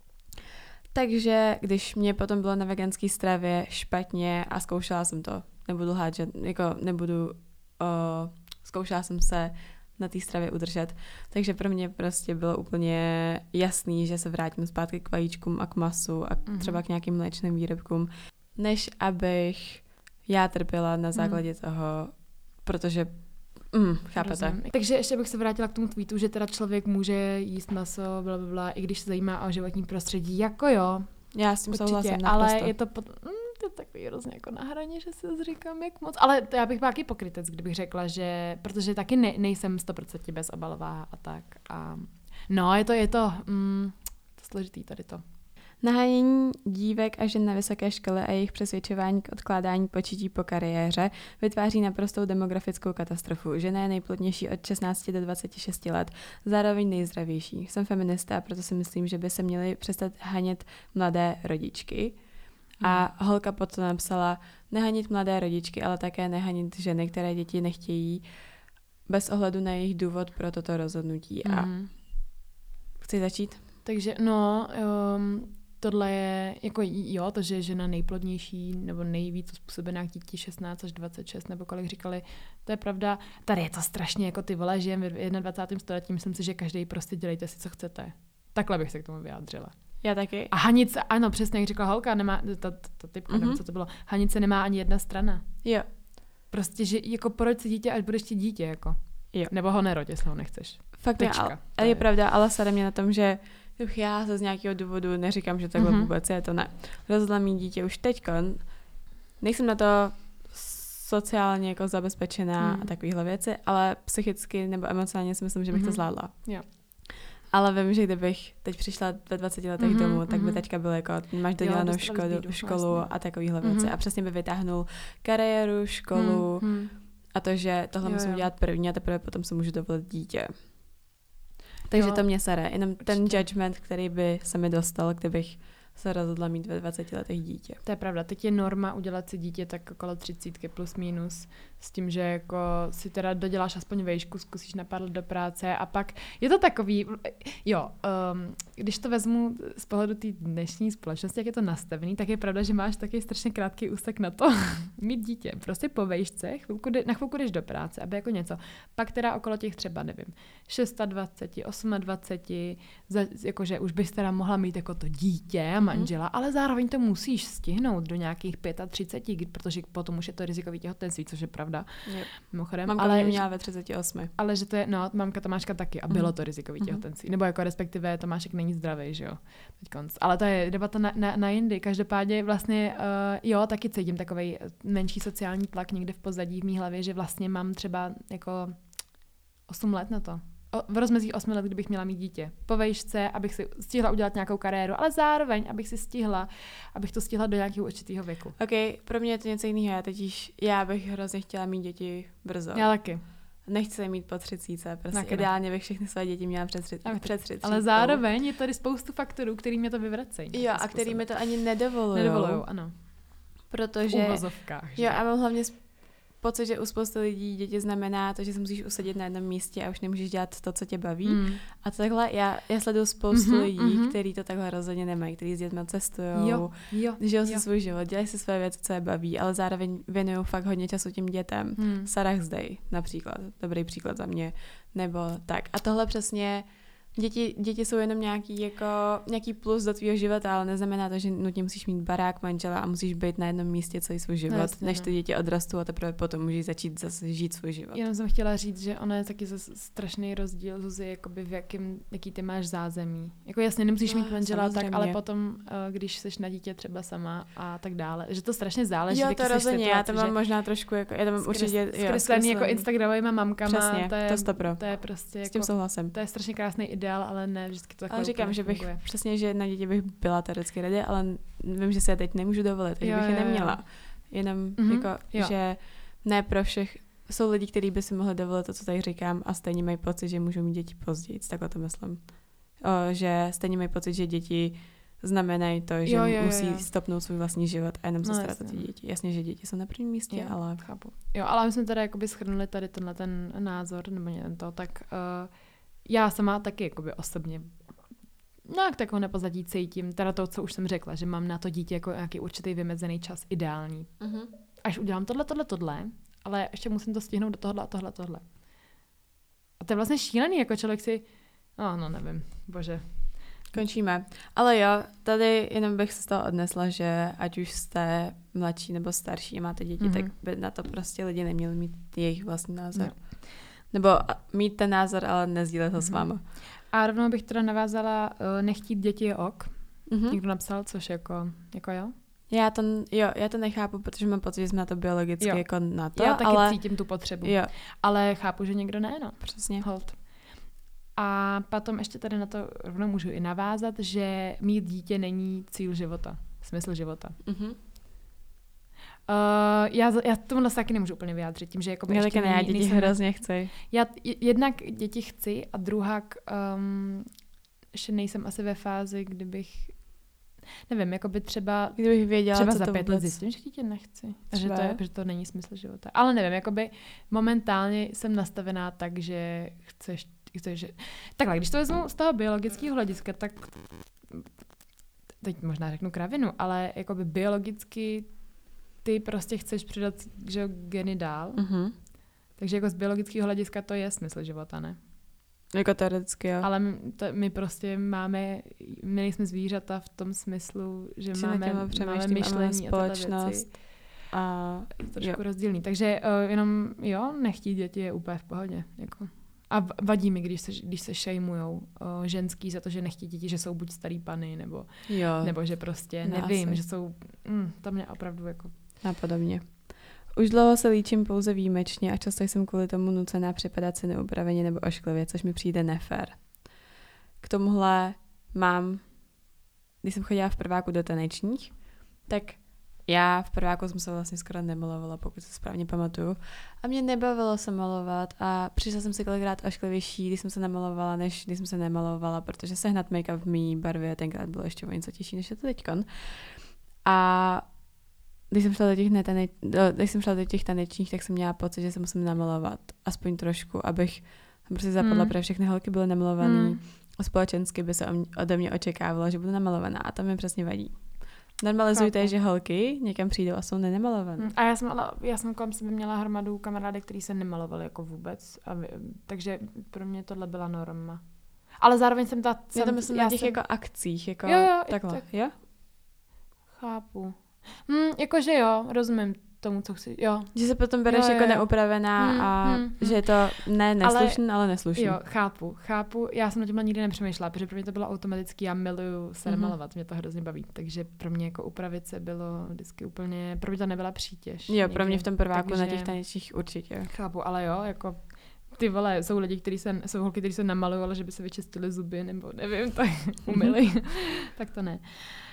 Takže když mě potom bylo na veganské stravě špatně a zkoušela jsem to, nebudu lhát, že jako nebudu, o, zkoušela jsem se na té stravě udržet, takže pro mě prostě bylo úplně jasný, že se vrátím zpátky k vajíčkům a k masu a Mhm. třeba k nějakým mléčným výrobkům, než abych já trpěla na základě Mhm. toho, protože mm, chápete. Rozumím. Takže ještě bych se vrátila k tomu tweetu, že teda člověk může jíst maso, bla, bla, bla, i když se zajímá o životní prostředí. Jako jo, Já s tím určitě, souhlasím ale naprosto. je to, pod... mm, to je takový hrozně jako na hraně, že si to říkám, jak moc. Ale to já bych byla taky pokrytec, kdybych řekla, že, protože taky ne, nejsem sto procent bezobalová a tak. A... No, je to, je to, mm, to složitý tady to. Nahánění dívek a žen na vysoké škole a jejich přesvědčování k odkládání početí po kariéře vytváří naprostou demografickou katastrofu. Žena je nejplodnější od šestnácti do dvaceti šesti let, zároveň nejzdravější. Jsem feminista, proto si myslím, že by se měly přestat hanět mladé rodičky. A holka potom napsala, nehanit mladé rodičky, ale také nehanit ženy, které děti nechtějí, bez ohledu na jejich důvod pro toto rozhodnutí. A Mhm. chci začít? Takže no, um, tohle je, jako jo, to, že je žena nejplodnější nebo nejvíc způsobená k díti šestnáct až dvacet šest, nebo kolik říkali, to je pravda. Tady je to strašně jako ty vole, žijeme v dvacátém století, myslím si, že každý prostě dělejte si, co chcete. Takhle bych se k tomu vyjádřila. Já taky. A hanice, ano, přesně, jak řekla holka, nemá, ta, ta, ta typka, mm-hmm. nevím, co to bylo, hanice nemá ani jedna strana. Jo. Prostě, že jako poroď si dítě, až budeš ti dítě, jako. Jo. Nebo ho neroď, jestli ho nechceš. Fakt ne, Tečka. ale, To ale je je- pravda, ale sere mě na tom, že uch, já se z nějakého důvodu neříkám, že takhle Mhm. vůbec je, to ne. Rozhodla mít dítě už teďkon. Nejsem na to sociálně jako zabezpečená Mhm. a takovéhle věci, ale psychicky nebo emocionálně si myslím, že bych to Mhm. zvládla. Jo. Ale vím, že kdybych teď přišla ve dvaceti letech Mhm, domů, tak by mhm. teďka bylo jako, máš dodělanou dostali školu, zbídu, školu vlastně. a takovéhle věci. Mhm. A přesně by vytáhnul kariéru, školu Hmm, hmm. a to, že tohle Jo, musím jo. udělat první a teprve potom si můžu dovolit dítě. Takže Jo, to mě sere. Jenom ten určitě. judgment, který by se mi dostal, kdybych se rozhodla mít ve dvaceti letech dítě. To je pravda, teď je norma udělat si dítě tak okolo třicítky plus minus, s tím, že jako si teda doděláš aspoň vejšku, zkusíš na pár let do práce a pak je to takový, jo, um, když to vezmu z pohledu té dnešní společnosti, jak je to nastavený, tak je pravda, že máš taky strašně krátký úsek na to mít dítě. Prostě po vejšce, chvilku, na chvilku jdeš do práce, aby jako něco. Pak teda okolo těch třeba, nevím, dvacet šest, dvacet osm, za, jakože už bys teda mohla mít jako to dítě a manžela, mm. ale zároveň to musíš stihnout do nějakých třicet pět, protože potom už je to rizikový těhotenství, což je pravda. Yep. Mimochodem, mamka ale mě měla ve třiceti osmi. Ale že to je, no, mamka Tomáška taky a bylo to rizikový mm. těhotenství. Nebo jako respektive Tomášek není zdravý, že jo. Teďkonc. Ale to je debata na, na, na jindy. Každopádně vlastně, uh, jo, taky cítím takovej menší sociální tlak někde v pozadí v mý hlavě, že vlastně mám třeba jako osm let na to. O, v rozmezí osmi let, kdybych měla mít dítě. Po vejšce, abych si stihla udělat nějakou kariéru, ale zároveň, abych si stihla, abych to stihla do nějakého určitého věku. Ok, pro mě je to něco jiného. Já totiž, já bych hrozně chtěla mít děti brzo. Já taky. Nechci je mít po třicíce, prostě taky ideálně bych všechny své děti měla před třicítkou. Před třicítkou. Ale zároveň je tady spoustu faktorů, který mě to vyvracejí. Jo, a který mi to ani nedovolují. Nedovolují, ano. Protože... V uvozovkách. Jo, a mám hlavně pocit, že u spoustu lidí děti znamená to, že se musíš usadit na jednom místě a už nemůžeš dělat to, co tě baví. Mm. A takhle, já, já sleduju spoustu mm-hmm, lidí, mm-hmm. kteří to takhle rozhodně nemají, kteří s dětmi cestujou, žijou si svůj život, dělají si své věci, co je baví, ale zároveň věnují fakt hodně času těm dětem. Mm. Sarah Zdej například, dobrý příklad za mě, nebo tak. A tohle přesně... Děti, děti jsou jenom nějaký, jako, nějaký plus do tvýho života, ale neznamená to, že nutně musíš mít barák, manžela a musíš být na jednom místě celý svůj život, no, jasně, než ty děti odrastou a teprve potom můžeš začít zase žít svůj život. Jenom jsem chtěla říct, že ono je taky zase strašný rozdíl, Zuzi, jakoby v jakým, jaký ty máš zázemí. Jako jasně, nemusíš no, mít manžela, tak, ale potom, když jsi na dítě třeba sama a tak dále, že to strašně záleží. Jo, to rozhodně, já to mám možná trošku, jako, já to mám skres, určitě, zkreslený jako Instagramovýma mamkama. Přesně, to je, to stopro. To je prostě jako, s tím souhlasem. To je strašně krásný ideál, ale ne vždycky to ale říkám, že bych funguje. Přesně, že na děti bych byla teoreticky ready, ale vím, že se já teď nemůžu dovolit, takže bych je neměla. Jenom mm-hmm, jako, jo. že ne pro všech, jsou lidi, kteří by si mohli dovolit to, co tady říkám a stejně mají pocit, že můžou mít děti později, takhle to myslím. O, že stejně mají pocit, že děti znamenají to, že jo, jo, jo, musí jo. stopnout svůj vlastní život a jenom se no, starat o ty děti. Jasně, že děti jsou na prvním místě, jo, ale... Chápu. Jo, ale my jsme teda jakoby shrnuli tady tenhle ten názor, nebo jen to, tak uh, já sama taky jakoby osobně nějak takovou nepozadí cítím, teda to, co už jsem řekla, že mám na to dítě jako nějaký určitý vymezený čas ideální. Uh-huh. Až udělám tohle, tohle, tohle, ale ještě musím to stihnout do tohle a tohle, tohle. A to je vlastně šílený, jako člověk si, no, no nevím, bože. Končíme. Ale jo, tady jenom bych se z toho odnesla, že ať už jste mladší nebo starší a máte děti, mm-hmm. tak by na to prostě lidi neměli mít jejich vlastní názor. No. Nebo mít ten názor, ale nezdílet ho mm-hmm. s váma. A rovnou bych teda navázala, nechtít děti je ok. Mm-hmm. Někdo napsal, což jako, jako jo? Já to, jo, já to nechápu, protože mám pocit, že jsme na to biologicky jo. jako na to. Já taky ale... cítím tu potřebu. Jo. Ale chápu, že někdo ne, no. Přesně. Hold. A potom ještě tady na to rovnou můžu i navázat, že mít dítě není cíl života, smysl života. Mm-hmm. Uh, já, já tomu taky nemůžu úplně vyjádřit tím, že jako já taky ne, já děti nejsem, hrozně chci. Já jednak děti chci a druhak um, ještě nejsem asi ve fázi, kdybych nevím, jako by třeba kdybych věděla, třeba co za to pět let zjistím, že dítě nechci. A že to, je, že to není smysl života. Ale nevím, jakoby momentálně jsem nastavená tak, že chceš že... Takhle, když to vezmu z toho biologického hlediska, tak teď možná řeknu kravinu, ale jakoby biologicky ty prostě chceš přidat že, geny dál. Mm-hmm. Takže jako z biologického hlediska to je smysl života, ne? Jako teoreticky, jo. Ale my, to, my prostě máme, my nejsme zvířata v tom smyslu, že Či máme, máme myšlení a společnost. Věci. A je to trošku rozdílný. Takže uh, jenom, jo, nechtít děti je úplně v pohodě. Jako. A vadí mi, když se, když se šejmujou uh, ženský za to, že nechtí děti, že jsou buď starý pany, nebo, nebo že prostě no, nevím, asi. Že jsou, mm, to mě opravdu jako... Napodobně. Už dlouho se líčím pouze výjimečně a často jsem kvůli tomu nucená připadat si neupraveně nebo ošklivě, což mi přijde nefér. K tomuhle mám, když jsem chodila v prváku do tanečních, tak já v prváku jsem se vlastně skoro nemalovala, pokud se správně pamatuju. A mě nebavilo se malovat a přišla jsem si kolikrát ošklivější, když jsem se namalovala, než když jsem se nemalovala, protože sehnat make-up v mý barvě tenkrát bylo ještě o něco těžší, než je to teďkon. A když jsem šla do těch, netane, když jsem šla do těch tanečních, tak jsem měla pocit, že se musím namalovat aspoň trošku, abych prostě zapadla, hmm. protože všechny holky byly namalované. Hmm. Společensky by se ode mě očekávalo, že budu namalovaná a to mi přesně vadí. Normalizujte, Chápu. že holky někam přijdou a jsou nenamalované. A já jsem, ale, já jsem kolem sebe měla hromadu kamarádek, který se nemalovali jako vůbec. A vy, takže pro mě tohle byla norma. Ale zároveň jsem ta... Jsem, já to myslím já na těch jsem... jako akcích, jako jo, jo, takhle, tak... jo? Chápu. Hm, jakože jo, rozumím tomu, co chci, jo. Že se potom bereš jo, jako jo. neupravená hmm, a hmm, hmm. že je to ne neslušný, ale, ale neslušný. Jo, chápu, chápu. Já jsem na tímhle nikdy nepřemýšlela, protože pro mě to bylo automaticky, já miluju se mm-hmm. nemalovat, mě to hrozně baví. Takže pro mě jako upravit se bylo vždycky úplně, pro mě to nebyla přítěž. Jo, někdy. Pro mě v tom prváku takže... na těch tanečních určitě. Chápu, ale jo, jako ty vole, jsou lidi, kteří se, jsou holky, kteří se namalují, ale že by se vyčistili zuby, nebo nevím, tak umyli. Tak to ne.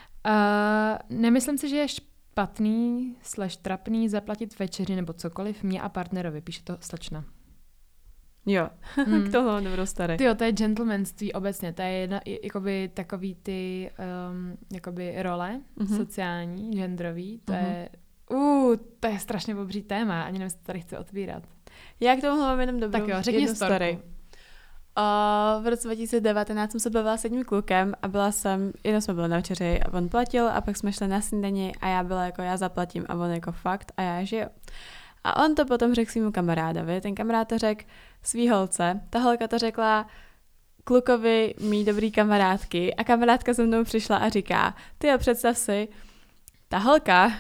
Uh, nemyslím si, že je špatný slash trapný zaplatit večeři nebo cokoliv mě a partnerovi, píše to slečna. Jo, hmm. k tomu nebudu starý. Tyjo, to je gentlemanství obecně, to je jedna, jakoby takový ty um, jakoby role mm-hmm. sociální, genderový, to mm-hmm. je uh, to je strašně obří téma, ani nevím, jestli to tady chci otvírat. Já k tomu mám jenom dobrou, tak jo, řekni starý. Uh, v roce dva tisíce devatenáct jsem se bavila s jedním klukem a byla jsem, jednou jsme byli na večeři a on platil a pak jsme šli na snídani a já byla jako já zaplatím a on jako fakt a já že jo. A on to potom řekl svýmu kamarádovi, ten kamarád to řekl svý holce, ta holka to řekla klukovi mý dobrý kamarádky a kamarádka se mnou přišla a říká, tyjo, představ si, ta holka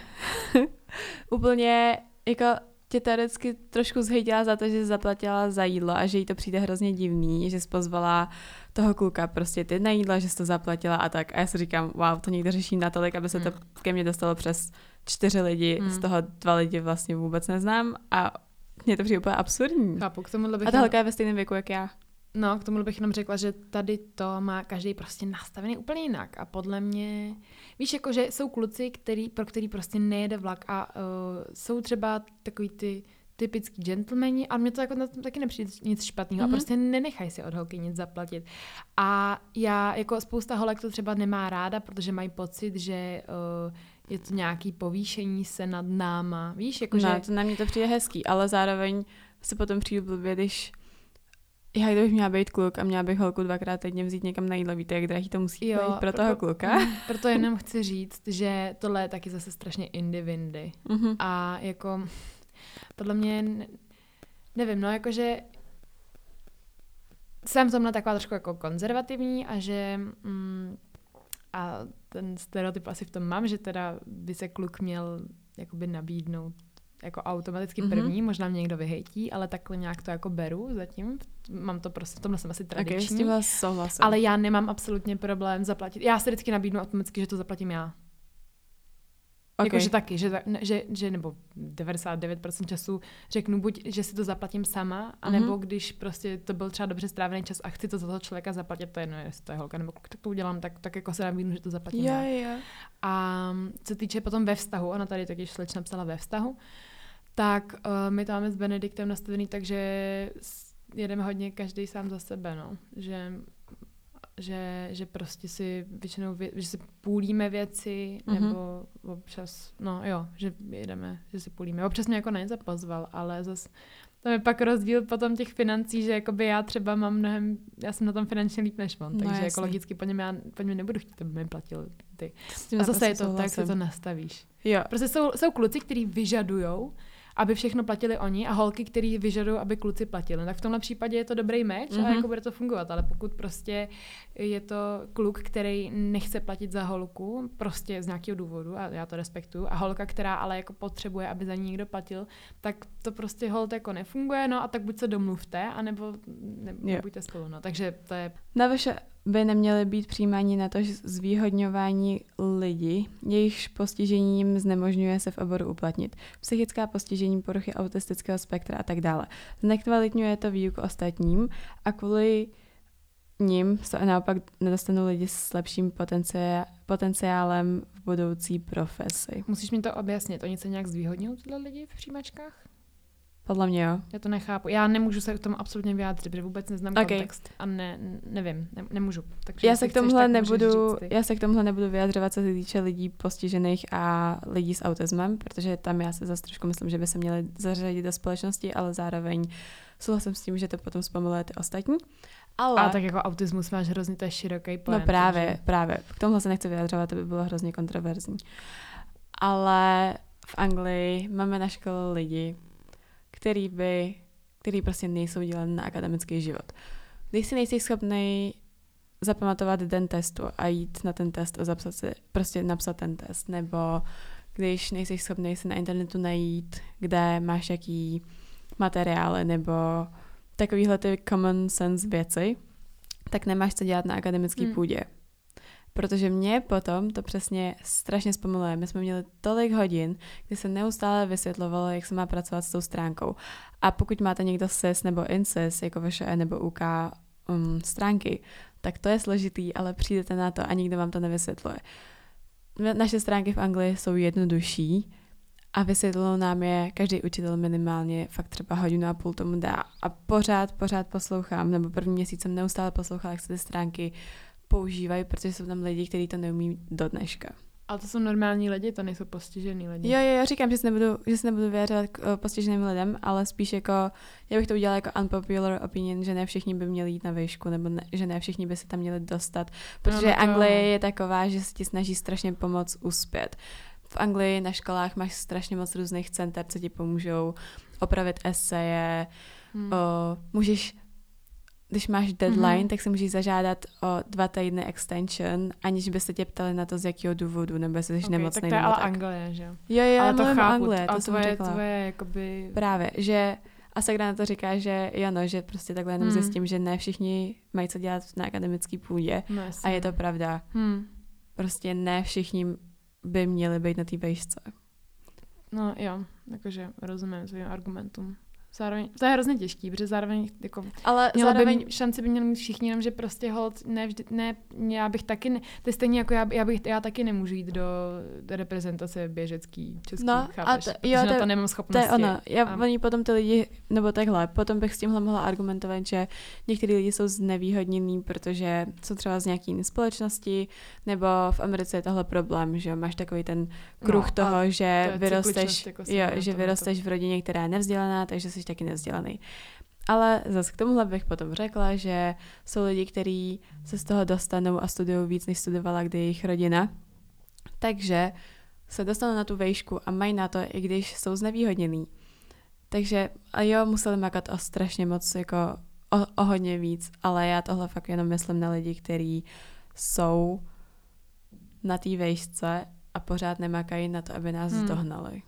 úplně jako tě teoreticky trošku zhejtila za to, že zaplatila za jídlo a že jí to přijde hrozně divný, že jsi pozvala toho kluka prostě ty na jídlo, že jsi to zaplatila a tak. A já si říkám, wow, to někdo řeší natolik, aby se to ke mně dostalo přes čtyři lidi, hmm. z toho dva lidi vlastně vůbec neznám a mně to přijde úplně absurdní. Chápu, k tomuhle bych a ta holka je ve stejném věku, jak já. No, k tomu bych jenom řekla, že tady to má každý prostě nastavený úplně jinak a podle mě, víš, jako, že jsou kluci, který, pro který prostě nejede vlak a uh, jsou třeba takový ty typický gentlemani a mě to jako na tom taky nepřijde nic špatného mm-hmm. a prostě nenechají si od holky nic zaplatit. A já, jako spousta holek to třeba nemá ráda, protože mají pocit, že uh, je to nějaký povýšení se nad náma, víš, jako, no, že... to na mě to přijde hezký, ale zároveň se potom přijde blbě, když já kdybych měla být kluk a měla bych holku dvakrát týdně vzít někam na jídlo, víte, jak drahý to musí jo, být pro toho kluka. Mm, proto jenom chci říct, že tohle je taky zase strašně indie windy. Mm-hmm. A jako podle mě, nevím, no jakože jsem v tomhle taková trošku jako konzervativní a že mm, a ten stereotyp asi v tom mám, že teda by se kluk měl jakoby nabídnout jako automaticky první, mm-hmm. možná mě někdo vyhejtí, ale takhle nějak to jako beru zatím. Mám to prostě, v tomhle jsem asi tradiční. Okay, s tím vás souhlasím. Ale já nemám absolutně problém zaplatit. Já se vždycky nabídnu automaticky, že to zaplatím já. Okay. Jakože taky, že, že, že nebo devadesát devět procent času řeknu buď, že si to zaplatím sama, anebo mm-hmm. když prostě to byl třeba dobře strávený čas a chci to za toho člověka zaplatit, to je jedno, jestli to je holka, nebo tak to udělám, tak, tak jako se nabídnu, že to zaplatím já. já. já. A co týče potom ve vztahu, ona tady taky slečna psala ve vztahu, tak uh, my to máme s Benediktem nastavený, takže jedeme hodně každý sám za sebe, no. Že, že, že prostě si většinou, vě, že si půlíme věci, mm-hmm. nebo občas, no jo, že jedeme, že si půlíme. Občas mě jako na něco pozval, ale zase tam je pak rozdíl potom těch financí, že jakoby já třeba mám mnohem, já jsem na tom finančně líp než on, no, takže jasný. Jako logicky po něm já po něm nebudu chtít, aby mi platil ty. A zase je to souhlasím. Tak, si to nastavíš. Jo. Prostě jsou, jsou kluci, kteří vyžadujou, aby všechno platili oni a holky, který vyžadují, aby kluci platili. Tak v tomhle případě je to dobrý meč mm-hmm. a jako bude to fungovat, ale pokud prostě je to kluk, který nechce platit za holku, prostě z nějakého důvodu, a já to respektuju, a holka, která ale jako potřebuje, aby za ní někdo platil, tak to prostě holt jako nefunguje, no a tak buď se domluvte, anebo ne, nebuďte spolu, no. Takže to je... Na vaše by neměly být přijímáni na to zvýhodňování lidí, jejichž postižením znemožňuje se v oboru uplatnit. Psychická postižení, poruchy autistického spektra a tak dále. Znekvalitňuje to výuku ostatním a kvůli ním se naopak nedostanou lidi s lepším potenciál, potenciálem v budoucí profesi. Musíš mi to objasnit. Oni se nějak zvýhodňují tyhle lidi v přijímačkách? Podle mě jo. Já to nechápu. Já nemůžu se k tomu absolutně vyjádřit, protože vůbec neznám okay. kontext a ne, nevím, ne, nemůžu. Takže já se k tomuhle nebudu, já se k tomuhle nebudu vyjadřovat, co se týče lidí postižených a lidí s autismem, protože tam já se zase trošku myslím, že by se měli zařadit do společnosti, ale zároveň souhlasím s tím, že to potom zpomaluje ty ostatní. Ale... A tak jako autismus máš hrozně, to je široký pojem. No právě, takže... právě. K tomuhle se nechci vyjadřovat, to by bylo hrozně kontroverzní. Ale v Anglii máme na škole lidi, který by, který prostě nejsou dělaný na akademický život. Když si nejsi schopný zapamatovat den testu a jít na ten test a zapsat si, prostě napsat ten test, nebo když nejsi schopný si na internetu najít, kde máš jaký materiály, nebo takovýhle ty common sense věci, tak nemáš co dělat na akademické hmm. půdě. Protože mě potom to přesně strašně zpomaluje. My jsme měli tolik hodin, kdy se neustále vysvětlovalo, jak se má pracovat s tou stránkou. A pokud máte někdo S I S nebo I N S I S, jako V Š E nebo U K um, stránky, tak to je složitý, ale přijdete na to a nikdo vám to nevysvětluje. Naše stránky v Anglii jsou jednodušší a vysvětlilo nám je každý učitel minimálně fakt třeba hodinu a půl tomu dá. A pořád, pořád poslouchám, nebo první měsíc jsem neustále poslouchala, jak se ty stránky používají, protože jsou tam lidi, kteří to neumí do dneška. Ale to jsou normální lidi, to nejsou postižený lidi. Jo, jo, jo, říkám, že se nebudu, že se nebudu vyjadřovat k uh, postiženým lidem, ale spíš jako, já bych to udělala jako unpopular opinion, že ne všichni by měli jít na výšku, nebo ne, že ne všichni by se tam měli dostat, protože no, no Anglie je taková, že se ti snaží strašně pomoct uspět. V Anglii na školách máš strašně moc různých center, co ti pomůžou opravit eseje, hmm. o, můžeš když máš deadline, mm-hmm. tak si můžeš zažádat o dva týdny extension, aniž by se tě ptali na to, z jakého důvodu, nebo jestli jsi okay, nemocnej. Tak to je ale tak. Anglie, že jo? Jo, jo, ale to chápu. Anglie, to a jsem tvoje, řekla. Tvoje, jakoby... Právě, že a Sagra na to říká, že jo, no, že prostě takhle jenom mm. zjistím, že ne všichni mají co dělat na akademické půdě. No, a je to pravda. Hmm. Prostě ne všichni by měli být na té výšce. No jo, jakože rozumím svým argumentům. Zároveň, to je hrozně těžký, protože zároveň jako ale zároveň by, šanci by měli mít všichni, jenom že prostě hold, ne, vždy, ne, já bych taky, ne, to je stejně jako já, já, bych, já taky nemůžu jít do, do reprezentace běžecký český, no, chápeš? A to, jo, to, na to nemám schopnosti. To je ono, já, a... oni potom ty lidi, nebo takhle, potom bych s tímhle mohla argumentovat, že některý lidi jsou znevýhodněný, protože jsou třeba z nějaký jiné společnosti, nebo v Americe je tohle problém, že máš takový ten kruh no, toho, že to vyrosteš, jako jo, že vyrosteš to. v rodině, která je nevzdělaná, takže jsi taky nevzdělaný. Ale zase k tomuhle bych potom řekla, že jsou lidi, kteří se z toho dostanou a studují víc, než studovala kdy jejich rodina. Takže se dostanou na tu vejšku a mají na to, i když jsou znevýhodněný. Takže a jo, museli makat o strašně moc, jako o, o hodně víc, ale já tohle fakt jenom myslím na lidi, kteří jsou na té vejšce a pořád nemakají na to, aby nás hmm. dohnali.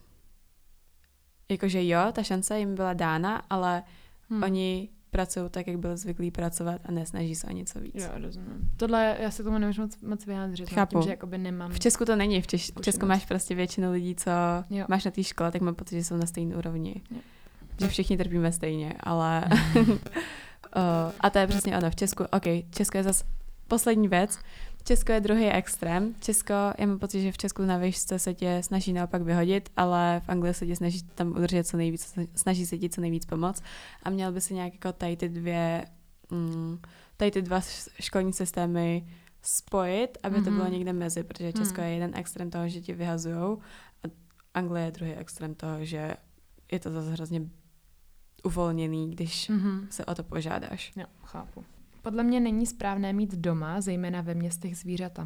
Jakože jo, ta šance jim byla dána, ale hmm. oni pracují tak, jak byli zvyklí pracovat a nesnaží se o něco víc. Jo, rozumím. Tohle já se tomu nemůžu moc, moc vyjádřit. Chápu. Tím, že jakoby nemám... V Česku to není. V, Češ- v Česku máš prostě většinu lidí, co jo. máš na té škole, tak mám pocit, že jsou na stejné úrovni. Jo. Že všichni trpíme stejně, ale... uh, a to je přesně ono. V Česku, ok, Česko je zase poslední věc. Česko je druhý extrém. Česko, já mám pocit, že v Česku na výšce se tě snaží naopak vyhodit, ale v Anglii se tě snaží tam udržet co nejvíc, snaží se ti co nejvíc pomoct. A měl by se nějak jako tady ty dvě, mm, tady ty dva školní systémy spojit, aby mm-hmm. to bylo někde mezi, protože Česko mm. je jeden extrém toho, že ti vyhazujou a Anglie je druhý extrém toho, že je to zase hrozně uvolněný, když mm-hmm. se o to požádáš. Jo, chápu. Podle mě není správné mít doma, zejména ve městech, zvířata.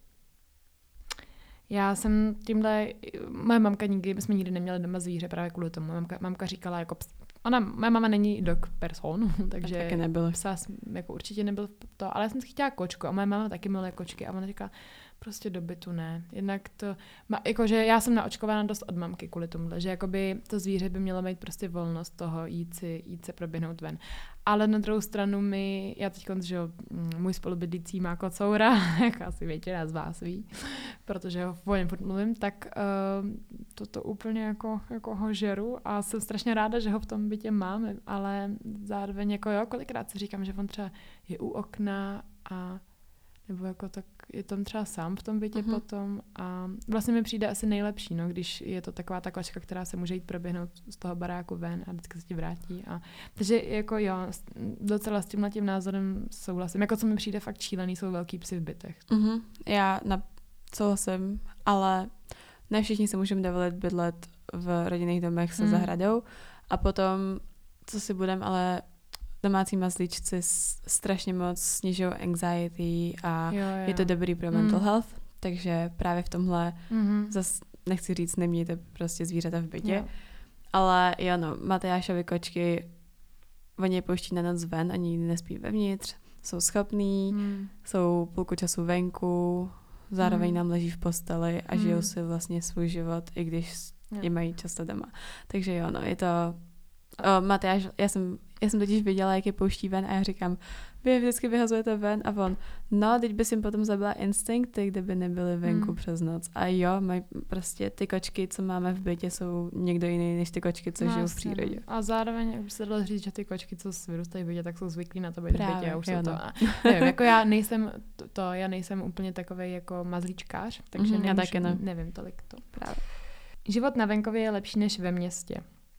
Já jsem tímhle, moje mamka nikdy, my jsme nikdy neměli doma zvíře právě kvůli tomu. Mamka, mamka říkala, jako, ona, moje mama není dog person, takže taky nebyl. Psa jako určitě nebyl to, ale já jsem si chtěla kočku a moje mama taky miluje kočky a ona říká, Prostě do bytu ne. Jednak to, má, jakože já jsem naočkována dost od mamky kvůli tomuhle, že jakoby to zvíře by mělo mít prostě volnost toho jít si, jít se proběhnout ven. Ale na druhou stranu mi, já teď že jo, můj spolubydlící má kocoura, jak asi většina z vás ví, protože ho o něm furt mluvím, tak uh, to, to úplně jako, jako ho žeru a jsem strašně ráda, že ho v tom bytě mám, ale zároveň jako jo, kolikrát si říkám, že on třeba je u okna a nebo jako tak je tam třeba sám v tom bytě uh-huh. potom a vlastně mi přijde asi nejlepší, no, když je to taková ta kočka, která se může jít proběhnout z toho baráku ven a vždycky se ti vrátí. A, takže jako jo, docela s tímhletím názorem souhlasím. Jako co mi přijde fakt šílený, jsou velký psy v bytech. Uh-huh. Já na souhlasím, ale ne všichni se můžeme dovolit bydlet v rodinných domech se uh-huh. zahradou a potom, co si budem, ale domácí mazlíčci strašně moc snižují anxiety a jo, jo. je to dobrý pro mental mm. health, takže právě v tomhle mm-hmm. zas nechci říct, nemějte prostě zvířata v bytě, jo. ale jo no, Matyášovi kočky, oni je pouští na noc ven, ani nikdy nespí vevnitř, jsou schopní, mm. jsou půlku času venku, zároveň mm. nám leží v posteli a mm. žijou si vlastně svůj život, i když jo. je mají často doma. Takže jo no, je to O, Matyáš, já jsem, já jsem totiž viděla, jak je pouští ven a já říkám, vy je vždycky vyhazujete ven a on, no, teď bys jim potom zabila instinkty, kdyby nebyly venku hmm. přes noc. A jo, mají prostě ty kočky, co máme v bytě, jsou někdo jiný než ty kočky, co no, žijou v přírodě. A zároveň, jak by se dalo říct, že ty kočky, co vyrůstají v bytě, tak jsou zvyklí na to být Právě, v bytě. A už jo, to, no. a, nevím, jako já nejsem, to, to, já nejsem úplně takovej jako mazlíčkář, takže mm-hmm, nemůžu, ne. nevím tolik to. Právě. Život na venkově je lepší než ve městě.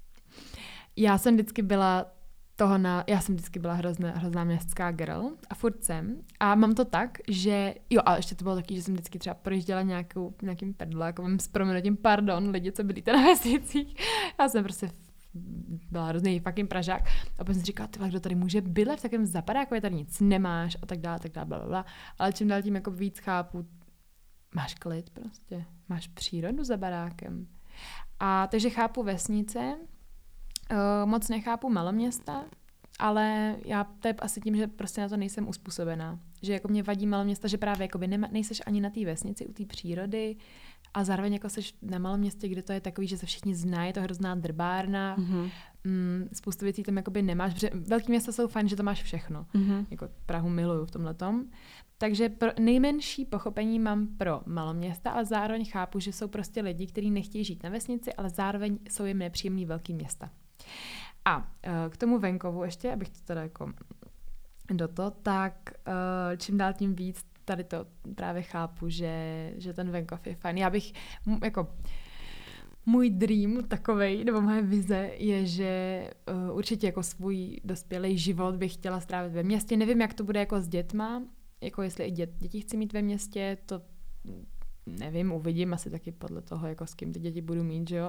Já jsem vždycky byla toho na, já jsem vždycky byla hrozná, hrozná městská girl a furt jsem. A mám to tak, že, jo a ještě to bylo taky, že jsem vždycky třeba projížděla nějakou, nějakým pedlákovým s proměnutím, pardon, lidi, co byli na vesnicích. Já jsem prostě byla hrozný fucking Pražák. A potom jsem říkala, tyhle, kdo tady může bydlet v takovém zapadáku, tady nic nemáš a tak dále, tak dále, blablabla. Ale čím dál tím jako víc chápu, máš klid prostě, máš přírodu za barákem. A takže chápu vesnice. Uh, moc nechápu maloměsta, ale já to je asi tím, že prostě na to nejsem uspůsobená. Že jako mě vadí maloměsta, že právě jakoby nema, nejseš ani na té vesnici, u té přírody a zároveň jako seš na maloměstě, kde to je takový, že se všichni znají, je to hrozná drbárna, mm-hmm. mm, spoustu věcí tam jakoby nemáš, protože velký města jsou fajn, že to máš všechno. Mm-hmm. Jako Prahu miluju v tomhletom. Takže pro nejmenší pochopení mám pro maloměsta, ale zároveň chápu, že jsou prostě lidi, kteří nechtějí žít na vesnici, ale zároveň jsou jim nepříjemný velký města. A k tomu venkovu ještě, abych to teda jako do to, tak čím dál tím víc tady to právě chápu, že, že ten venkov je fajn. Já bych, jako můj dream takovej, nebo moje vize je, že uh, určitě jako svůj dospělý život bych chtěla strávit ve městě. Nevím, jak to bude jako s dětma, jako jestli i dět, děti chci mít ve městě, to nevím, uvidím asi taky podle toho, jako s kým ty děti budu mít, že jo.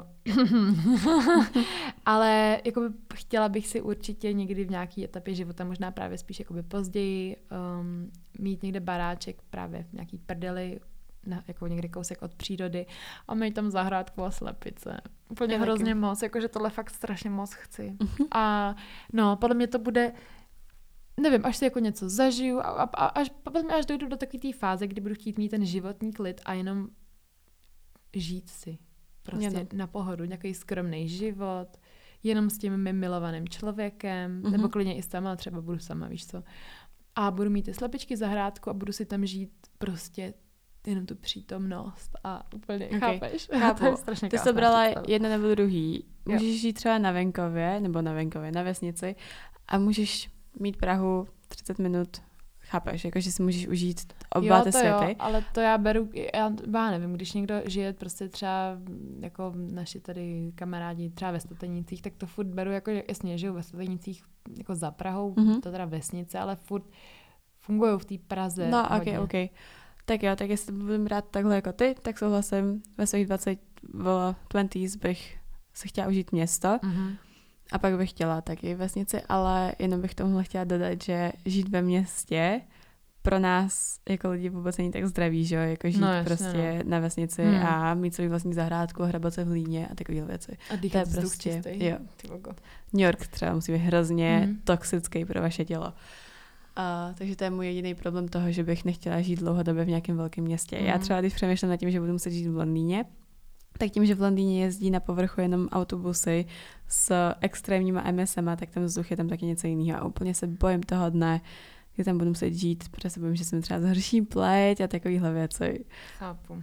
Ale jako by chtěla bych si určitě někdy v nějaké etapě života, možná právě spíš jakoby později, um, mít někde baráček právě v nějaký prdeli, na, jako někde kousek od přírody a mít tam zahrádku a slepice. Úplně Já hrozně taky. moc, jakože tohle fakt strašně moc chci. A no, podle mě to bude, nevím, až si jako něco zažiju a, a, a až, až dojdu do takové té fáze, kdy budu chtít mít ten životní klid a jenom žít si. Prostě no. na pohodu, nějaký skromný život, jenom s tím mým milovaným člověkem, mm-hmm. nebo klidně i sama, třeba budu sama, víš co. A budu mít ty slepičky, zahrádku a budu si tam žít prostě jenom tu přítomnost a úplně, okay. chápeš? Chápu. To je strašně Ty jsi brala jedno nebo druhý. Můžeš jo. žít třeba na venkově, nebo na venkově, na vesnici a můžeš mít Prahu třicet minut, chápeš, jakože si můžeš užít oba ty světy. Jo, ale to já beru, já, já nevím, když někdo žije prostě třeba jako naši tady kamarádi třeba ve Statenicích, tak to furt beru jako, jasně, žijou ve Statenicích jako za Prahou, mm-hmm. to teda vesnice, ale furt fungují v té Praze. No, ok, ok. Tak jo, tak jestli budu brát takhle jako ty, tak souhlasím, ve svých dvacet, dvacet bych si chtěla užít město. Mm-hmm. A pak bych chtěla taky vesnici, ale jenom bych tomuhle chtěla dodat, že žít ve městě pro nás jako lidi vůbec není tak zdravý, že jo, jako žít no, jasně, prostě no. na vesnici hmm. a mít svou vlastní zahrádku, hrabat se v hlíně a takové věci. A dýchat vzduch prostě, čistý. Jo. New York třeba musí být hrozně hmm. toxický pro vaše tělo. Uh, takže to je můj jediný problém toho, že bych nechtěla žít dlouhodobě v nějakém velkém městě. Mm. Já třeba, když přemýšlím nad tím, že budu muset žít v Londýně, tak tím, že v Londýně jezdí na povrchu jenom autobusy s extrémníma emisema, tak ten vzduch je tam taky něco jiného. A úplně se bojím toho dne, kdy tam budu muset žít, protože se bojím, že se mi třeba zhorší pleť a takovýhle věci. Chápu.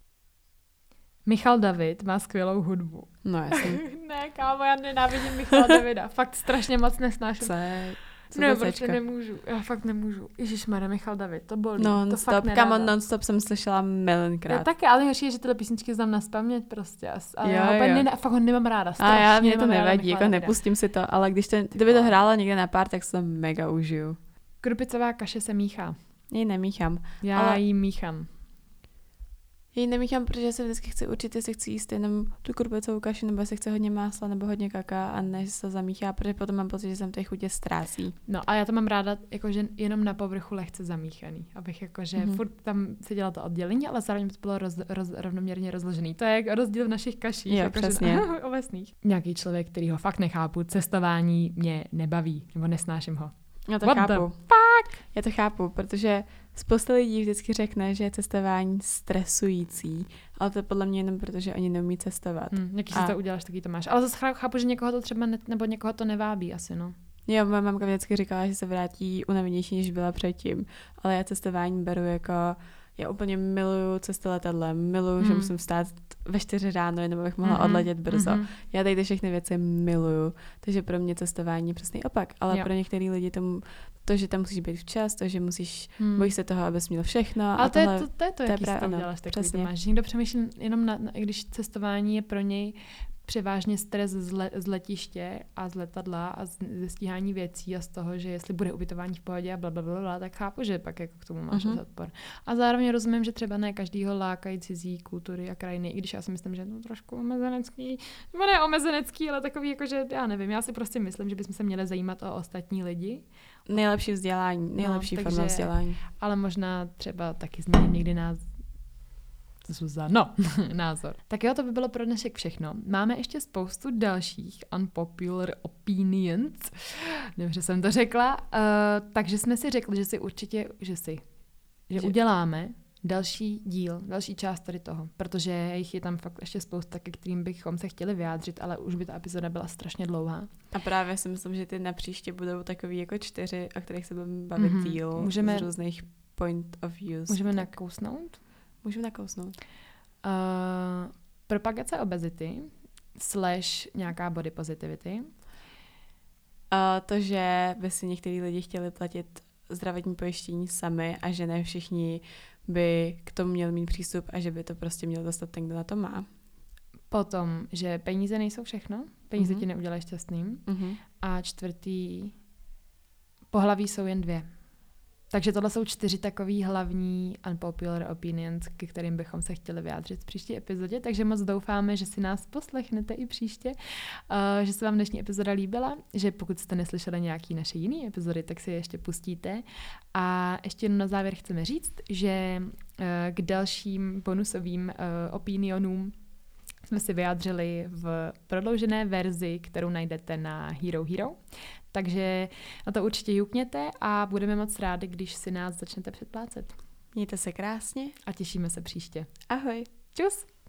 Michal David má skvělou hudbu. No jasně. Ne, kámo, já nenávidím Michala Davida. Fakt strašně moc nesnáším. C, co Ne, to prostě Cčka? nemůžu. Já fakt nemůžu. Ježišmarja, Michal David, to bolí. No, to non-stop, fakt come on, nedává. non-stop jsem slyšela milionkrát. Já taky, ale nejhorší je, že tyhle písničky znám nazpaměť prostě. A Jo, já úplně jo. ne, fakt ho nemám ráda. A já, mě nemám to ráda nevadí, Michala jako Davida. nepustím si to, ale když ten, kdyby to hrála někde na pár, tak se to mega užiju. Krupicová kaše se míchá. Já ji nemíchám. Já Ale- ji míchám. Já ji nemíchám, protože se vždycky chci určit, jestli chci jíst jenom tu krupicovou kaši, nebo jestli chci hodně másla, nebo hodně kaká, a ne, že se to zamíchá, protože potom mám pocit, že jsem té chutě ztrácí. No a já to mám ráda jakože jenom na povrchu lehce zamíchaný, abych jakože Mhm. mm-hmm. furt tam se dělala to oddělení, ale zároveň by to bylo roz, roz, rovnoměrně rozložený. To je jak rozdíl v našich kaších. Jo, jakože přesně. ovesných. Nějaký člověk, který ho fakt nechápu, cestování mě nebaví, nebo nesnáším ho. Já to What the chápu. Fuck? Já to chápu, protože spousta lidí vždycky řekne, že je cestování stresující, ale to je podle mě jenom proto, že oni neumí cestovat. Hm, jaký si A- to uděláš, taky to máš. Ale zase chá- chápu, že někoho to třeba ne, nebo někoho to nevábí asi, no. Jo, moje mamka vždycky říkala, že se vrátí unavenější, než byla předtím, ale já cestování beru jako, já úplně miluju cesty letadlem, miluju, mm. že Hmm. musím vstát ve čtyři ráno, nebo bych mohla Mhm, odletět brzo. mhm. Já tady ty všechny věci miluju, takže pro mě cestování je přesný opak, ale Jo. pro některý lidi tomu, to, že tam musíš být včas, to, že musíš, Hmm. bojíš se toho, abys měl všechno. Ale a to, je tohle, to, to je to, to je jaký si právě to ono, uděláš, takový to přesně. máš. Že někdo přemýšlí jenom na, na, i když cestování je pro něj převážně stres z, le, z letiště a z letadla a z, ze stíhání věcí a z toho, že jestli bude ubytování v pohodě a blablabla, tak chápu, že pak jako k tomu máš Mhm. uh-huh. odpor. A zároveň rozumím, že třeba ne každýho lákají cizí kultury a krajiny, i když já si myslím, že je to trošku omezenecký, nebo ne omezenecký, ale takový jako, že já nevím, já si prostě myslím, že bychom se měli zajímat o ostatní lidi, nejlepší vzdělání, nejlepší No, forma takže- vzdělání. ale možná třeba taky změním někdy nás Zuzano, názor. Tak jo, to by bylo pro dnešek všechno. Máme ještě spoustu dalších unpopular opinions. Nevím, že jsem to řekla. Uh, takže jsme si řekli, že si určitě, že si, že Že- uděláme další díl, další část tady toho, protože jich je tam fakt ještě spousta, ke kterým bychom se chtěli vyjádřit, ale už by ta epizoda byla strašně dlouhá. A právě si myslím, že ty na příště budou takový jako čtyři, o kterých se budeme bavit Mhm. díl Můžeme- z různých point of views. Můžeme tak nakousnout? Můžeme nakousnout. Uh, propagace obezity slash nějaká body positivity. A to, že by si některý lidi chtěli platit zdravotní pojištění sami a že ne všichni by k tomu měli mít přístup a že by to prostě měl dostat ten, kdo na to má. Potom, že peníze nejsou všechno, peníze Mhm. ti neudělají šťastným. Mhm. A čtvrtý, pohlaví jsou jen dvě. Takže tohle jsou čtyři takový hlavní unpopular opinions, ke kterým bychom se chtěli vyjádřit v příští epizodě, takže moc doufáme, že si nás poslechnete i příště, uh, že se vám dnešní epizoda líbila, že pokud jste neslyšeli nějaký naše jiné epizody, tak si je ještě pustíte. A ještě jenom na závěr chceme říct, že uh, k dalším bonusovým uh, opinionům jsme si vyjádřili v prodloužené verzi, kterou najdete na Hero Hero. Takže na to určitě jukněte a budeme moc rádi, když si nás začnete předplácet. Mějte se krásně. A těšíme se příště. Ahoj. Čus!